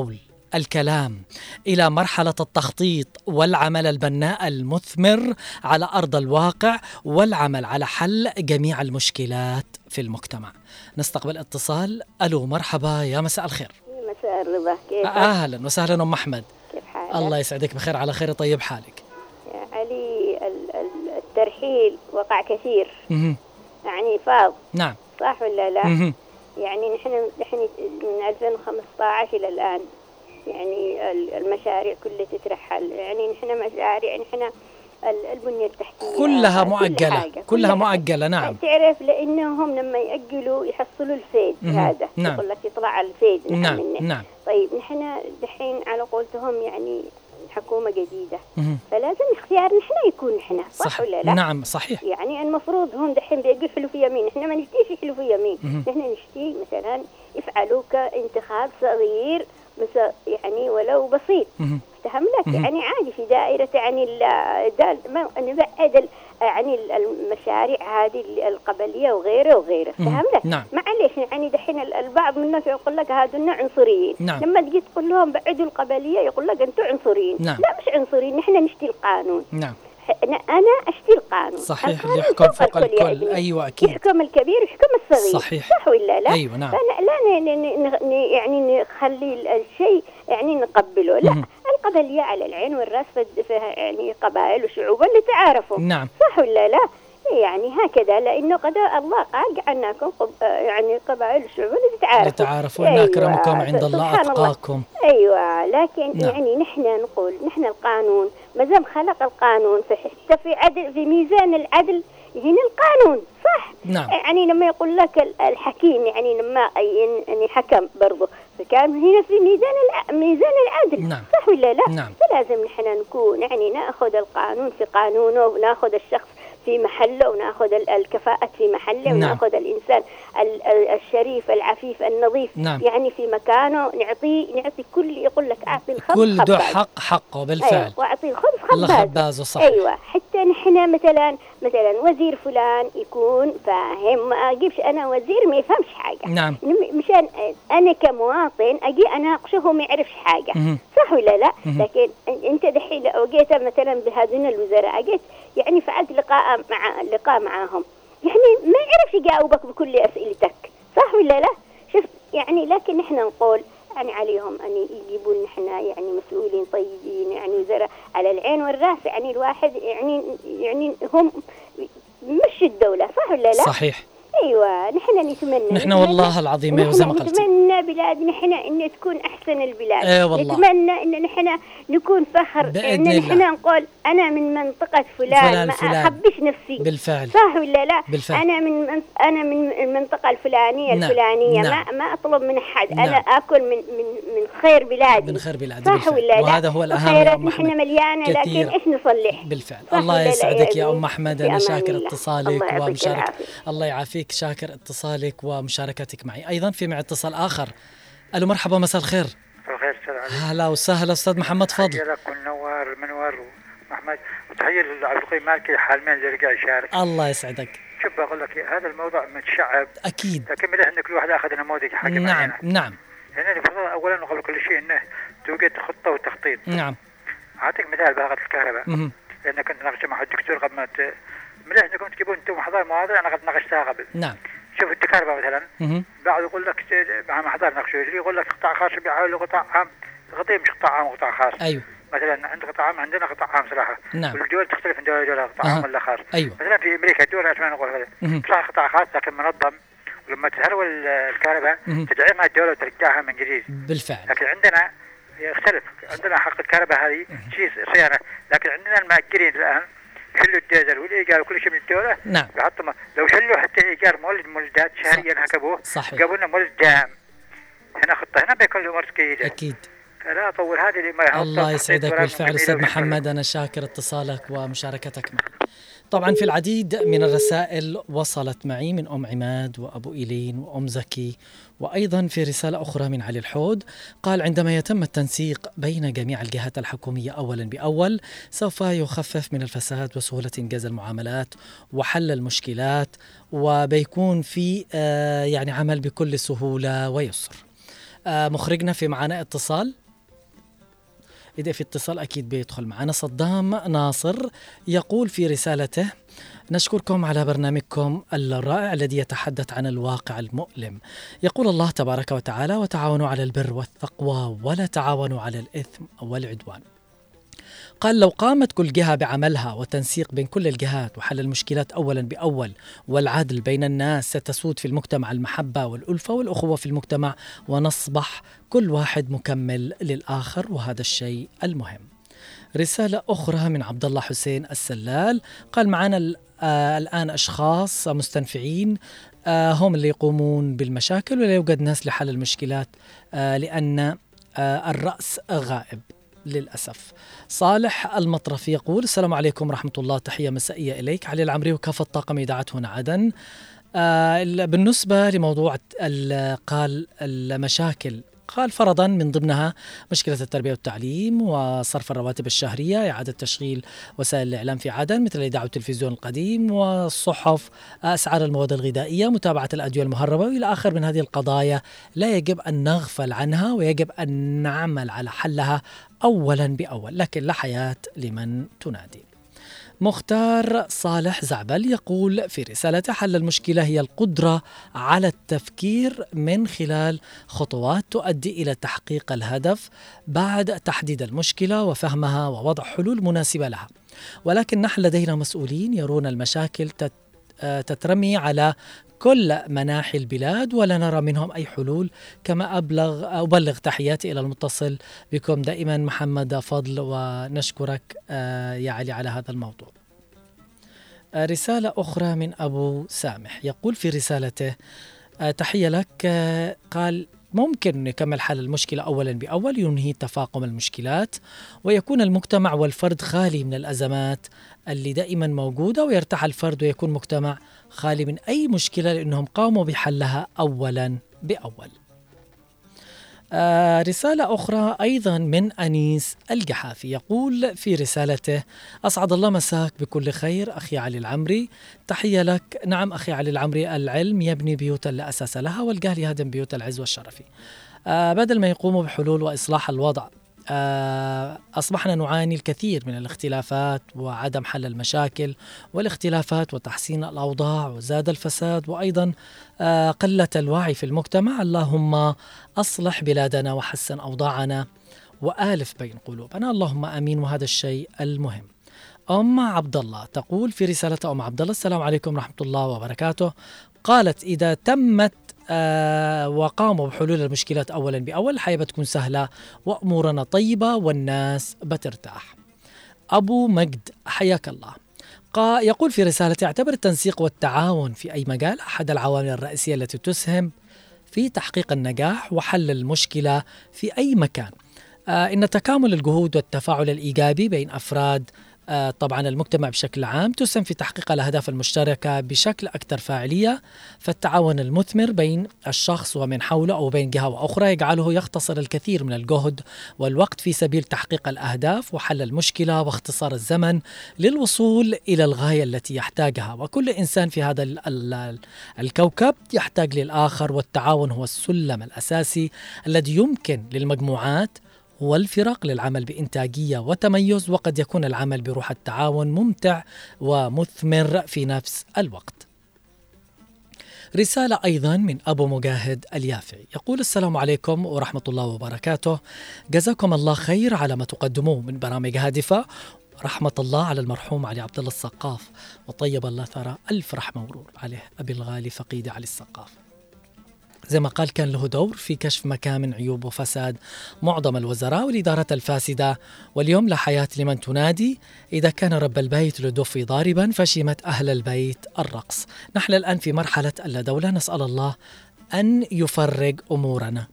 S1: الكلام إلى مرحلة التخطيط والعمل البناء المثمر على أرض الواقع والعمل على حل جميع المشكلات في المجتمع. نستقبل اتصال. ألو مرحبا، يا مساء الخير.
S11: مساء الرضا، كيف؟
S1: أهلا وسهلا أم أحمد.
S11: كيف حالك؟
S1: الله يسعدك بخير، على خير. طيب حالك
S11: يا علي؟ الترحيل وقع كثير. يعني فاض.
S1: نعم.
S11: صح ولا لا؟ يعني نحن من 2015 إلى الآن يعني المشاريع كلها تترحل. يعني نحن مشاريع، نحن البنية التحتية
S1: كلها مؤجلة، كلها مؤجلة. نعم.
S11: تعرف لأنهم لما يأجلوا يحصلوا الفيد هذا.
S1: نعم.
S11: يقول لك يطلع الفيد.
S1: نعم. نعم.
S11: طيب نحن دحين على قولتهم يعني حكومة جديدة، فلازم اختيار نحن يكون نحن. صح ولا لا؟
S1: نعم صحيح.
S11: يعني المفروض هم دحين بيجوا يحلوا في يمين، نحن ما نشتيش يحلوا في يمين. نحن نشتي مثلا يفعلوا كانتخاب صغير يعني ولو بسيط. افتهم لك؟ يعني عادي في دائرة يعني نبعد يعني المشاريع هذه القبلية وغيره. افتهم لك؟
S1: نعم.
S11: معليش يعني دحين البعض من الناس يقول لك هذول عنصريين.
S1: نعم.
S11: لما تجي تقول لهم بعدوا القبلية يقول لك انتم عنصريين.
S1: نعم.
S11: لا مش عنصريين، نحن نشتي القانون.
S1: نعم.
S11: أنا أشتي القانون.
S1: صحيح، اللي يحكم فوق الكل. أيوة أكيد.
S11: يحكم الكبير ويحكم الصغير.
S1: صحيح.
S11: صح ولا لا؟
S1: أيوة نعم.
S11: لا يعني نخلي الشيء يعني نقبله. لا، القبلية على العين والرأس، فيها يعني قبائل وشعوب اللي تعارفوا.
S1: نعم.
S11: صح ولا لا؟ يعني هكذا، لأنه قد الله قال جعلناكم يعني قبائل الشعوب اللي تتعارفوا.
S1: أيوة. إن أكرمكم عند الله أتقاكم.
S11: أيوة، لكن نعم. يعني نحن نقول نحن القانون ما دام خلق القانون فحتى في عدل، في ميزان العدل هنا القانون. صح.
S1: نعم.
S11: يعني لما يقول لك الحكيم يعني لما يعني حكم برضه فكان هنا في ميزان العدل.
S1: نعم.
S11: صح ولا لا؟
S1: نعم.
S11: فلازم نحن نكون يعني ناخذ القانون في قانونه، وناخذ الشخص في محله، وناخذ الكفاءة في محله. نعم. وناخذ الإنسان الشريف العفيف النظيف.
S1: نعم.
S11: يعني في مكانه، نعطي كل، يقول لك أعطي الخبز
S1: كل ذو حق حقه بالفعل.
S11: أيوة. وأعطي الخبز
S1: خباز. صح.
S11: أيوة. حتى نحن مثلا وزير فلان يكون فاهم، ما أجيبش أنا وزير ما يفهمش حاجة.
S1: نعم.
S11: مشان أنا كمواطن أجي أناقشه ما يعرفش حاجة. صح ولا لا؟ لكن أنت دحين لو جيت مثلا بهذين الوزراء أجيت يعني فعلت لقاء معاهم، يعني ما يعرفش يجاوبك بكل أسئلتك. صح ولا لا؟ شفت يعني. لكن نحن نقول يعني عليهم أن يجيبوا نحن يعني مسؤولين طيبين، يعني وزراء على العين والرأس. يعني الواحد يعني هم مش الدولة. صح ولا لا؟
S1: صحيح.
S11: أيوة. نحن نتمنى
S1: والله العظيم
S11: نحن نتمنى بلاد نحن إن تكون أحسن البلاد.
S1: والله.
S11: نتمنى إن نحن نكون فخر إن نحن نقول أنا من منطقة فلان ما أخبش نفسي.
S1: بالفعل.
S11: صح ولا لا؟
S1: بالفعل.
S11: أنا من المنطقة الفلانية. نعم. الفلانية. نعم. ما أطلب من أحد. نعم. أنا أكل من خير بلادي.
S1: صح
S11: بالفعل. ولا لا؟
S1: وهذا هو الأهم
S11: يا أم أحمد. نحن مليانة كثير. لكن إيش نصلح؟
S1: بالفعل. الله يسعدك يا أم أحمد، أنا شاكر اتصالك ومشاركتك. الله يعافيك، شاكر اتصالك ومشاركتك معي. أيضا في اتصال آخر. ألو مرحبا، مساء الخير.
S12: الخير أستاذ علي.
S1: أهلا وسهلا أستاذ محمد، فضل.
S12: تحية لك والنوار منور ومحمد، وتحية لعبد القيم مالكي حالمين اللي رجع يشارك.
S1: الله يسعدك.
S12: شوف بقول لك هذا الموضوع متشعب
S1: أكيد،
S12: لكن مليح إن كل واحد أخذ نموذج حاجة
S1: نعم
S12: معينة.
S1: نعم.
S12: هنا المفروض أولا وقبل كل شيء إنه توجد خطة وتخطيط.
S1: نعم.
S12: أعطيك مثال بهذه الكهرباء. لأن كنت ناقشت مع الدكتور قبل ما مليح إنكم تجيبون أنتم مواضيع أنا قد ناقشتها قبل.
S1: نعم.
S12: شوف الكهرباء مثلا بعض يقول لك مع محضر ناقشوا اللي يقول لك قطاع خاص بيحاول قطاع عام. القضية مش قطاع عام وقطاع خاص.
S1: أيوه.
S12: مثلا عند قطاع عام عندنا قطاع عام صراحة.
S1: نعم.
S12: والدول تختلف من دولة لدولة قطاع عام ولا خاص.
S1: أيوه.
S12: مثلا في أمريكا الدول أتمنى نقول هذا صح قطاع خاص لكن منظم، ولما تهرول الكهرباء تدعمها الدولة وترجعها من جديد.
S1: بالفعل.
S12: لكن عندنا يختلف، عندنا حق الكهرباء هذه شيء صيانة، لكن عندنا المأجرين الآن شلوا الديزل والإيجار وكل شيء من الدولة.
S1: نعم.
S12: لو شلوا حتى إيجار مولدات شهريا هكبوه.
S1: صحيح.
S12: جابوا لنا مولد دائم. هنا خطة، هنا بيكون الأمور جيدة.
S1: أكيد.
S12: فلا أطول هذه اللي ما
S1: الله يسعدك. بالفعل أستاذ محمد، أنا شاكر اتصالك ومشاركتك معي. طبعا في العديد من الرسائل وصلت معي من أم عماد وأبو إيلين وأم زكي، وأيضا في رسالة أخرى من علي الحود قال: عندما يتم التنسيق بين جميع الجهات الحكومية أولا بأول سوف يخفف من الفساد وسهولة إنجاز المعاملات وحل المشكلات، وبيكون في يعني عمل بكل سهولة ويسر. مخرجنا في معنا اتصال. إذا في اتصال أكيد بيدخل معنا. صدام ناصر يقول في رسالته: نشكركم على برنامجكم الرائع الذي يتحدث عن الواقع المؤلم. يقول الله تبارك وتعالى: وتعاونوا على البر والتقوى ولا تعاونوا على الإثم والعدوان. قال: لو قامت كل جهة بعملها وتنسيق بين كل الجهات وحل المشكلات أولا بأول والعدل بين الناس، ستسود في المجتمع المحبة والألفة والأخوة في المجتمع، ونصبح كل واحد مكمل للآخر، وهذا الشيء المهم. رسالة أخرى من عبد الله حسين السلال، قال: معنا الآن أشخاص مستنفعين هم اللي يقومون بالمشاكل، ولا يوجد ناس لحل المشكلات لأن الرأس غائب للأسف. صالح المطرفي يقول: السلام عليكم ورحمة الله، تحية مسائية إليك علي العمري وكافة طاقم إذاعة هنا عدن. بالنسبة لموضوع قال المشاكل، قال فرضا من ضمنها مشكلة التربية والتعليم وصرف الرواتب الشهرية، إعادة تشغيل وسائل الإعلام في عدن مثل الإذاعة والتلفزيون القديم والصحف، أسعار المواد الغذائية، متابعة الأدوية المهربة وإلى آخر من هذه القضايا لا يجب أن نغفل عنها، ويجب أن نعمل على حلها أولا بأول، لكن لا حياة لمن تنادي. مختار صالح زعبل يقول في رسالته: حل المشكلة هي القدرة على التفكير من خلال خطوات تؤدي إلى تحقيق الهدف بعد تحديد المشكلة وفهمها ووضع حلول مناسبة لها، ولكن نحن لدينا مسؤولين يرون المشاكل تترمي على كل مناحي البلاد ولا نرى منهم أي حلول. كما أبلغ تحياتي إلى المتصل بكم دائما محمد فضل، ونشكرك يا علي على هذا الموضوع. رسالة أخرى من أبو سامح يقول في رسالته: تحية لك. قال: ممكن نكمل حل المشكلة أولا بأول، ينهي تفاقم المشكلات ويكون المجتمع والفرد خالي من الأزمات اللي دائما موجودة، ويرتاح الفرد ويكون مجتمع خالي من أي مشكلة لأنهم قاموا بحلها أولا بأول. رسالة أخرى أيضا من أنيس الجحافي يقول في رسالته: أسعد الله مساك بكل خير أخي علي العمري، تحية لك. نعم أخي علي العمري، العلم يبني بيوتا لا أساس لها، والجهل يهدم بيوت العز والشرف. بدل ما يقوموا بحلول وإصلاح الوضع، أصبحنا نعاني الكثير من الاختلافات وعدم حل المشاكل والاختلافات وتحسين الأوضاع، وزاد الفساد وأيضا قلة الوعي في المجتمع. اللهم أصلح بلادنا وحسن أوضاعنا وآلف بين قلوبنا، اللهم آمين، وهذا الشيء المهم. أم عبد الله تقول في رسالة أم عبد الله: السلام عليكم ورحمة الله وبركاته. قالت: إذا تمت وقاموا بحلول المشكلات أولا بأول، الحياة بتكون سهلة وأمورنا طيبة والناس بترتاح. أبو مجد حياك الله يقول في رسالته: اعتبر التنسيق والتعاون في أي مجال أحد العوامل الرئيسية التي تسهم في تحقيق النجاح وحل المشكلة في أي مكان. إن تكامل الجهود والتفاعل الإيجابي بين أفراد طبعا المجتمع بشكل عام تسهم في تحقيق الأهداف المشتركة بشكل أكثر فاعلية، فالتعاون المثمر بين الشخص ومن حوله أو بين جهة وأخرى يجعله يختصر الكثير من الجهد والوقت في سبيل تحقيق الأهداف وحل المشكلة واختصار الزمن للوصول إلى الغاية التي يحتاجها. وكل إنسان في هذا الكوكب يحتاج للآخر، والتعاون هو السلم الأساسي الذي يمكن للمجموعات والفرق للعمل بإنتاجية وتميز، وقد يكون العمل بروح التعاون ممتع ومثمر في نفس الوقت. رسالة أيضا من أبو مجاهد اليافعي يقول: السلام عليكم ورحمة الله وبركاته، جزاكم الله خير على ما تقدموه من برامج هادفة، رحمة الله على المرحوم علي عبد الله السقاف، وطيب الله ثرى، ألف رحمة مرور عليه أبي الغالي فقيد علي السقاف. زي ما قال كان له دور في كشف مكامن عيوب وفساد معظم الوزراء والإدارات الفاسدة، واليوم لا حياة لمن تنادي. إذا كان رب البيت للدف ضاربا فشمت أهل البيت الرقص. نحن الآن في مرحلة اللا دولة، نسأل الله أن يفرج أمورنا.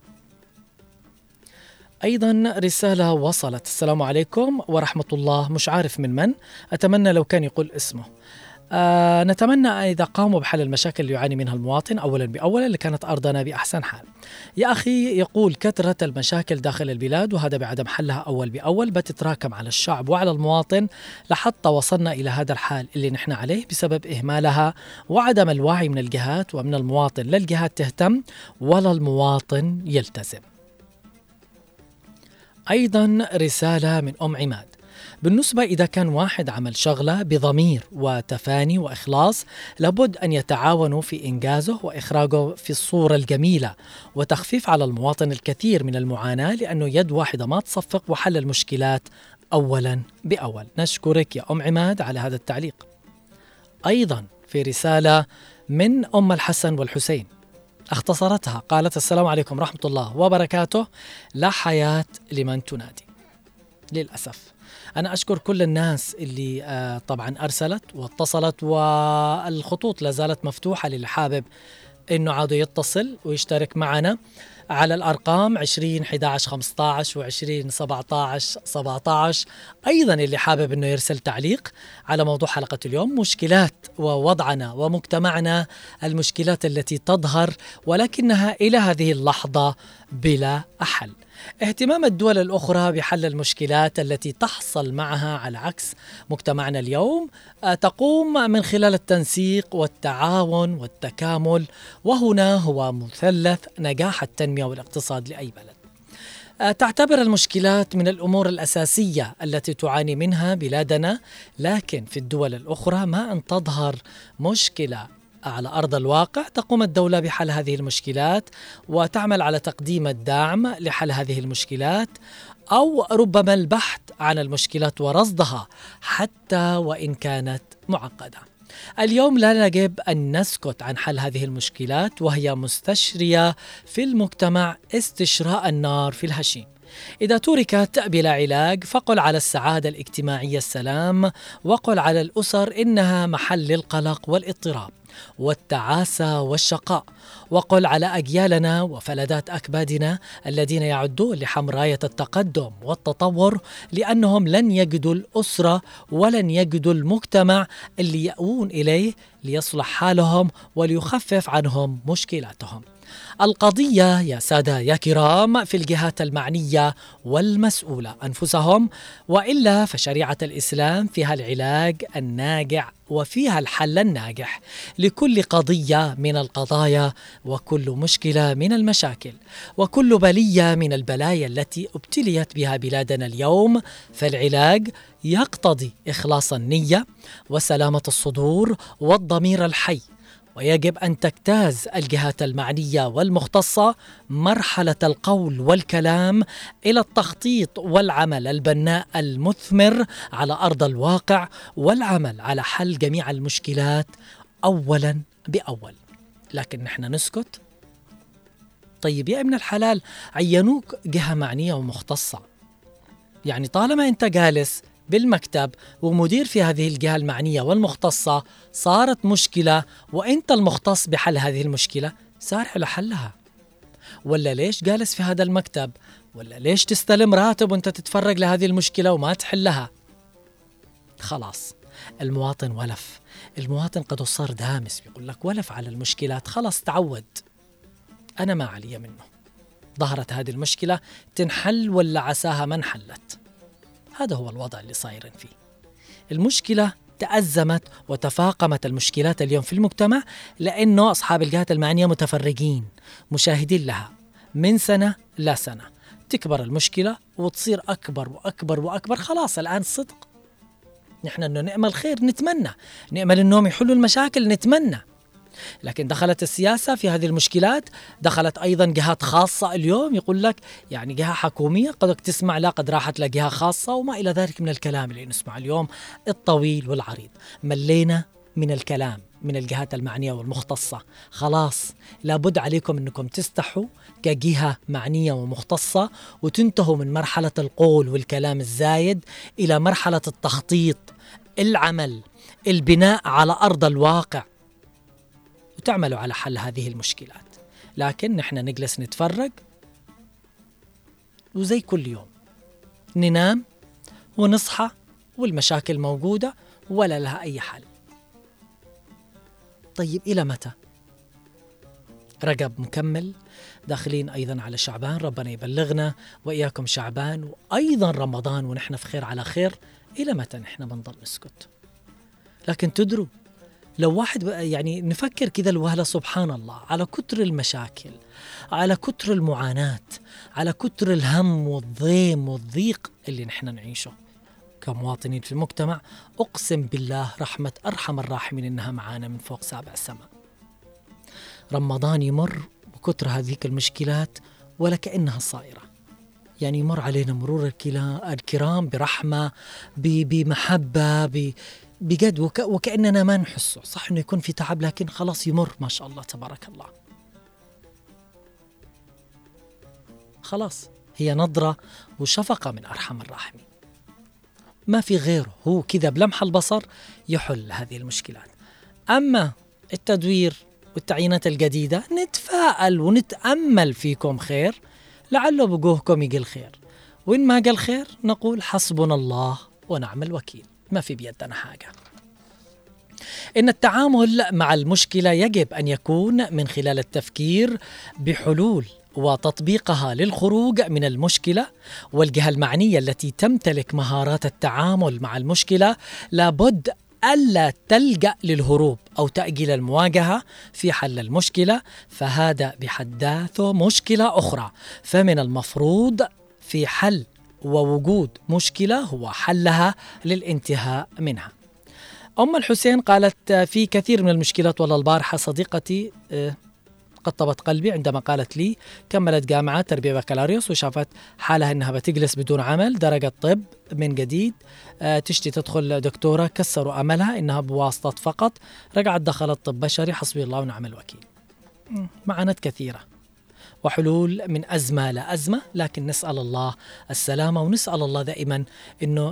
S1: أيضا رسالة وصلت: السلام عليكم ورحمة الله، مش عارف من أتمنى لو كان يقول اسمه. نتمنى إذا قاموا بحل المشاكل اللي يعاني منها المواطن أولا بأولا اللي كانت أرضنا بأحسن حال. يا أخي يقول: كثرة المشاكل داخل البلاد وهذا بعدم حلها أول بأول بتتراكم على الشعب وعلى المواطن لحتى وصلنا إلى هذا الحال اللي نحن عليه بسبب إهمالها وعدم الوعي من الجهات ومن المواطن. لا الجهات تهتم ولا المواطن يلتزم. أيضا رسالة من أم عماد: بالنسبة إذا كان واحد عمل شغلة بضمير وتفاني وإخلاص، لابد أن يتعاونوا في إنجازه وإخراجه في الصورة الجميلة، وتخفيف على المواطن الكثير من المعاناة، لأنه يد واحدة ما تصفق، وحل المشكلات أولا بأول. نشكرك يا أم عماد على هذا التعليق. أيضا في رسالة من أم الحسن والحسين، اختصرتها، قالت: السلام عليكم ورحمة الله وبركاته، لا حياة لمن تنادي. للأسف أنا أشكر كل الناس اللي طبعا أرسلت واتصلت، والخطوط لازالت مفتوحة للي حابب إنه عادوا يتصل ويشترك معنا على الأرقام 20 11 15 و20 17 17. أيضا اللي حابب إنه يرسل تعليق على موضوع حلقة اليوم، مشكلات ووضعنا ومجتمعنا، المشكلات التي تظهر ولكنها إلى هذه اللحظة بلا حل. اهتمام الدول الأخرى بحل المشكلات التي تحصل معها على عكس مجتمعنا اليوم تقوم من خلال التنسيق والتعاون والتكامل، وهنا هو مثلث نجاح التنمية والاقتصاد لأي بلد. تعتبر المشكلات من الأمور الأساسية التي تعاني منها بلادنا، لكن في الدول الأخرى ما أن تظهر مشكلة على أرض الواقع تقوم الدولة بحل هذه المشكلات وتعمل على تقديم الدعم لحل هذه المشكلات، أو ربما البحث عن المشكلات ورصدها حتى وإن كانت معقدة. اليوم لا يجب أن نسكت عن حل هذه المشكلات، وهي مستشرية في المجتمع استشراء النار في الهشيم. إذا تركت بلا علاج فقل على السعادة الاجتماعية السلام، وقل على الأسر إنها محل للقلق والاضطراب والتعاسة والشقاء، وقل على أجيالنا وفلذات أكبادنا الذين يعدون لحمل راية التقدم والتطور، لأنهم لن يجدوا الأسرة ولن يجدوا المجتمع اللي يأوون إليه ليصلح حالهم وليخفف عنهم مشكلاتهم. القضية يا سادة يا كرام في الجهات المعنية والمسؤولة أنفسهم، وإلا فشريعة الإسلام فيها العلاج الناجع وفيها الحل الناجح لكل قضية من القضايا، وكل مشكلة من المشاكل، وكل بلية من البلايا التي ابتليت بها بلادنا اليوم. فالعلاج يقتضي إخلاص النية وسلامة الصدور والضمير الحي، ويجب أن تجتاز الجهات المعنية والمختصة مرحلة القول والكلام إلى التخطيط والعمل البناء المثمر على أرض الواقع، والعمل على حل جميع المشكلات أولا بأول. لكن نحن نسكت؟ طيب يا ابن الحلال، عينوك جهة معنية ومختصة، يعني طالما أنت جالس بالمكتب ومدير في هذه الجهة المعنية والمختصة، صارت مشكلة وأنت المختص بحل هذه المشكلة، سارع لحلها. ولا ليش جالس في هذا المكتب؟ ولا ليش تستلم راتب وأنت تتفرج لهذه المشكلة وما تحلها؟ خلاص المواطن ولف، المواطن قد صار دامس، بيقول لك ولف على المشكلات، خلاص تعود، أنا ما علي منه، ظهرت هذه المشكلة تنحل ولا عساها ما انحلت. هذا هو الوضع اللي صايرين فيه. المشكلة تأزمت وتفاقمت المشكلات اليوم في المجتمع، لأنه أصحاب الجهات المعنية متفرجين مشاهدين لها من سنة لا سنة، تكبر المشكلة وتصير أكبر وأكبر وأكبر. خلاص الآن صدق نحن أنه نأمل خير، نتمنى نأمل أنهم يحلوا المشاكل، نتمنى. لكن دخلت السياسة في هذه المشكلات، دخلت أيضا جهات خاصة. اليوم يقول لك يعني جهة حكومية قدك تسمع، لا قد راحت لجهة خاصة، وما إلى ذلك من الكلام اللي نسمع اليوم الطويل والعريض. ملينا من الكلام من الجهات المعنية والمختصة، خلاص لابد عليكم أنكم تستحوا كجهة معنية ومختصة وتنتهوا من مرحلة القول والكلام الزايد إلى مرحلة التخطيط، العمل، البناء على أرض الواقع، وتعملوا على حل هذه المشكلات. لكن نحن نجلس نتفرج وزي كل يوم ننام ونصحى والمشاكل موجودة ولا لها أي حل. طيب إلى متى؟ رجب مكمل، داخلين أيضا على شعبان، ربنا يبلغنا وإياكم شعبان وأيضا رمضان ونحن في خير على خير. إلى متى نحن بنضل نسكت؟ لكن تدروا لو واحد يعني نفكر كذا الوهلة، سبحان الله، على كتر المشاكل، على كتر المعاناة، على كتر الهم والضيم والضيق اللي نحن نعيشه كمواطنين في المجتمع، أقسم بالله رحمة أرحم الراحمين إنها معانا من فوق 7 سماء. رمضان يمر بكتر هذه المشكلات ولا كأنها صائرة، يعني يمر علينا مرور الكرام برحمة، بمحبة، بجد، وكأننا ما نحسه. صح إنه يكون في تعب لكن خلاص يمر، ما شاء الله تبارك الله. خلاص هي نظرة وشفقة من أرحم الراحمين، ما في غيره، هو كذا بلمح البصر يحل هذه المشكلات. أما التدوير والتعيينات الجديدة نتفائل ونتأمل فيكم خير، لعله بوجوهكم يقل خير، وإن ما قال خير نقول حسبنا الله ونعم الوكيل، ما في بيدنا حاجة. إن التعامل مع المشكلة يجب أن يكون من خلال التفكير بحلول وتطبيقها للخروج من المشكلة، والجهة المعنية التي تمتلك مهارات التعامل مع المشكلة لابد ألا تلجأ للهروب أو تأجيل المواجهة في حل المشكلة، فهذا بحد ذاته مشكلة أخرى. فمن المفروض في حل ووجود مشكلة هو حلها للانتهاء منها. أم الحسين قالت في كثير من المشكلات، والله البارحة صديقتي قطبت قلبي عندما قالت لي كملت جامعة تربية بكالوريوس وشافت حالها أنها بتجلس بدون عمل، درجة طب من جديد، تشتي تدخل دكتورة، كسروا أملها إنها بواسطة فقط، رجعت دخلت طب بشري، حسبي الله ونعم الوكيل. معاناة كثيرة وحلول من أزمة لأزمة، لكن نسأل الله السلامة، ونسأل الله دائما إنه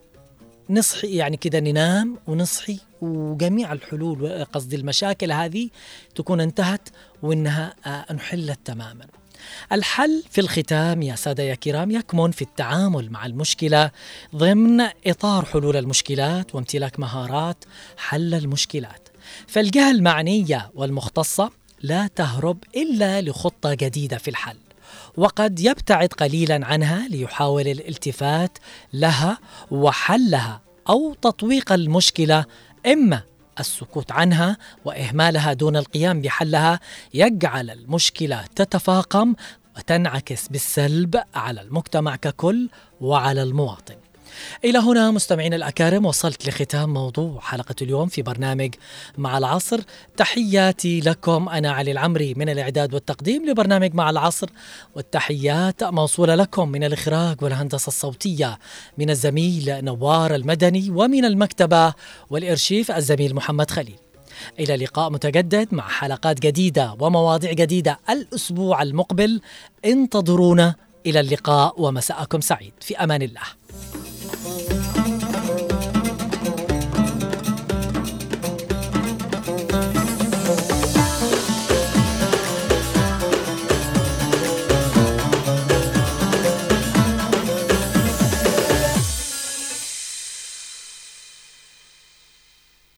S1: نصحي، يعني كده ننام ونصحي وجميع الحلول، قصدي المشاكل هذه تكون انتهت وإنها انحلت تماما. الحل في الختام يا سادة يا كرام يكمن في التعامل مع المشكلة ضمن إطار حلول المشكلات وامتلاك مهارات حل المشكلات. فالجهة المعنية والمختصة لا تهرب إلا لخطة جديدة في الحل، وقد يبتعد قليلا عنها ليحاول الالتفات لها وحلها أو تطويق المشكلة، إما السكوت عنها وإهمالها دون القيام بحلها يجعل المشكلة تتفاقم وتنعكس بالسلب على المجتمع ككل وعلى المواطن. إلى هنا مستمعين الأكارم وصلت لختام موضوع حلقة اليوم في برنامج مع العصر. تحياتي لكم، أنا علي العمري من الإعداد والتقديم لبرنامج مع العصر، والتحيات موصولة لكم من الإخراج والهندسة الصوتية من الزميل نوار المدني، ومن المكتبة والإرشيف الزميل محمد خليل. إلى لقاء متجدد مع حلقات جديدة ومواضيع جديدة الأسبوع المقبل، انتظرونا. إلى اللقاء ومساءكم سعيد، في أمان الله.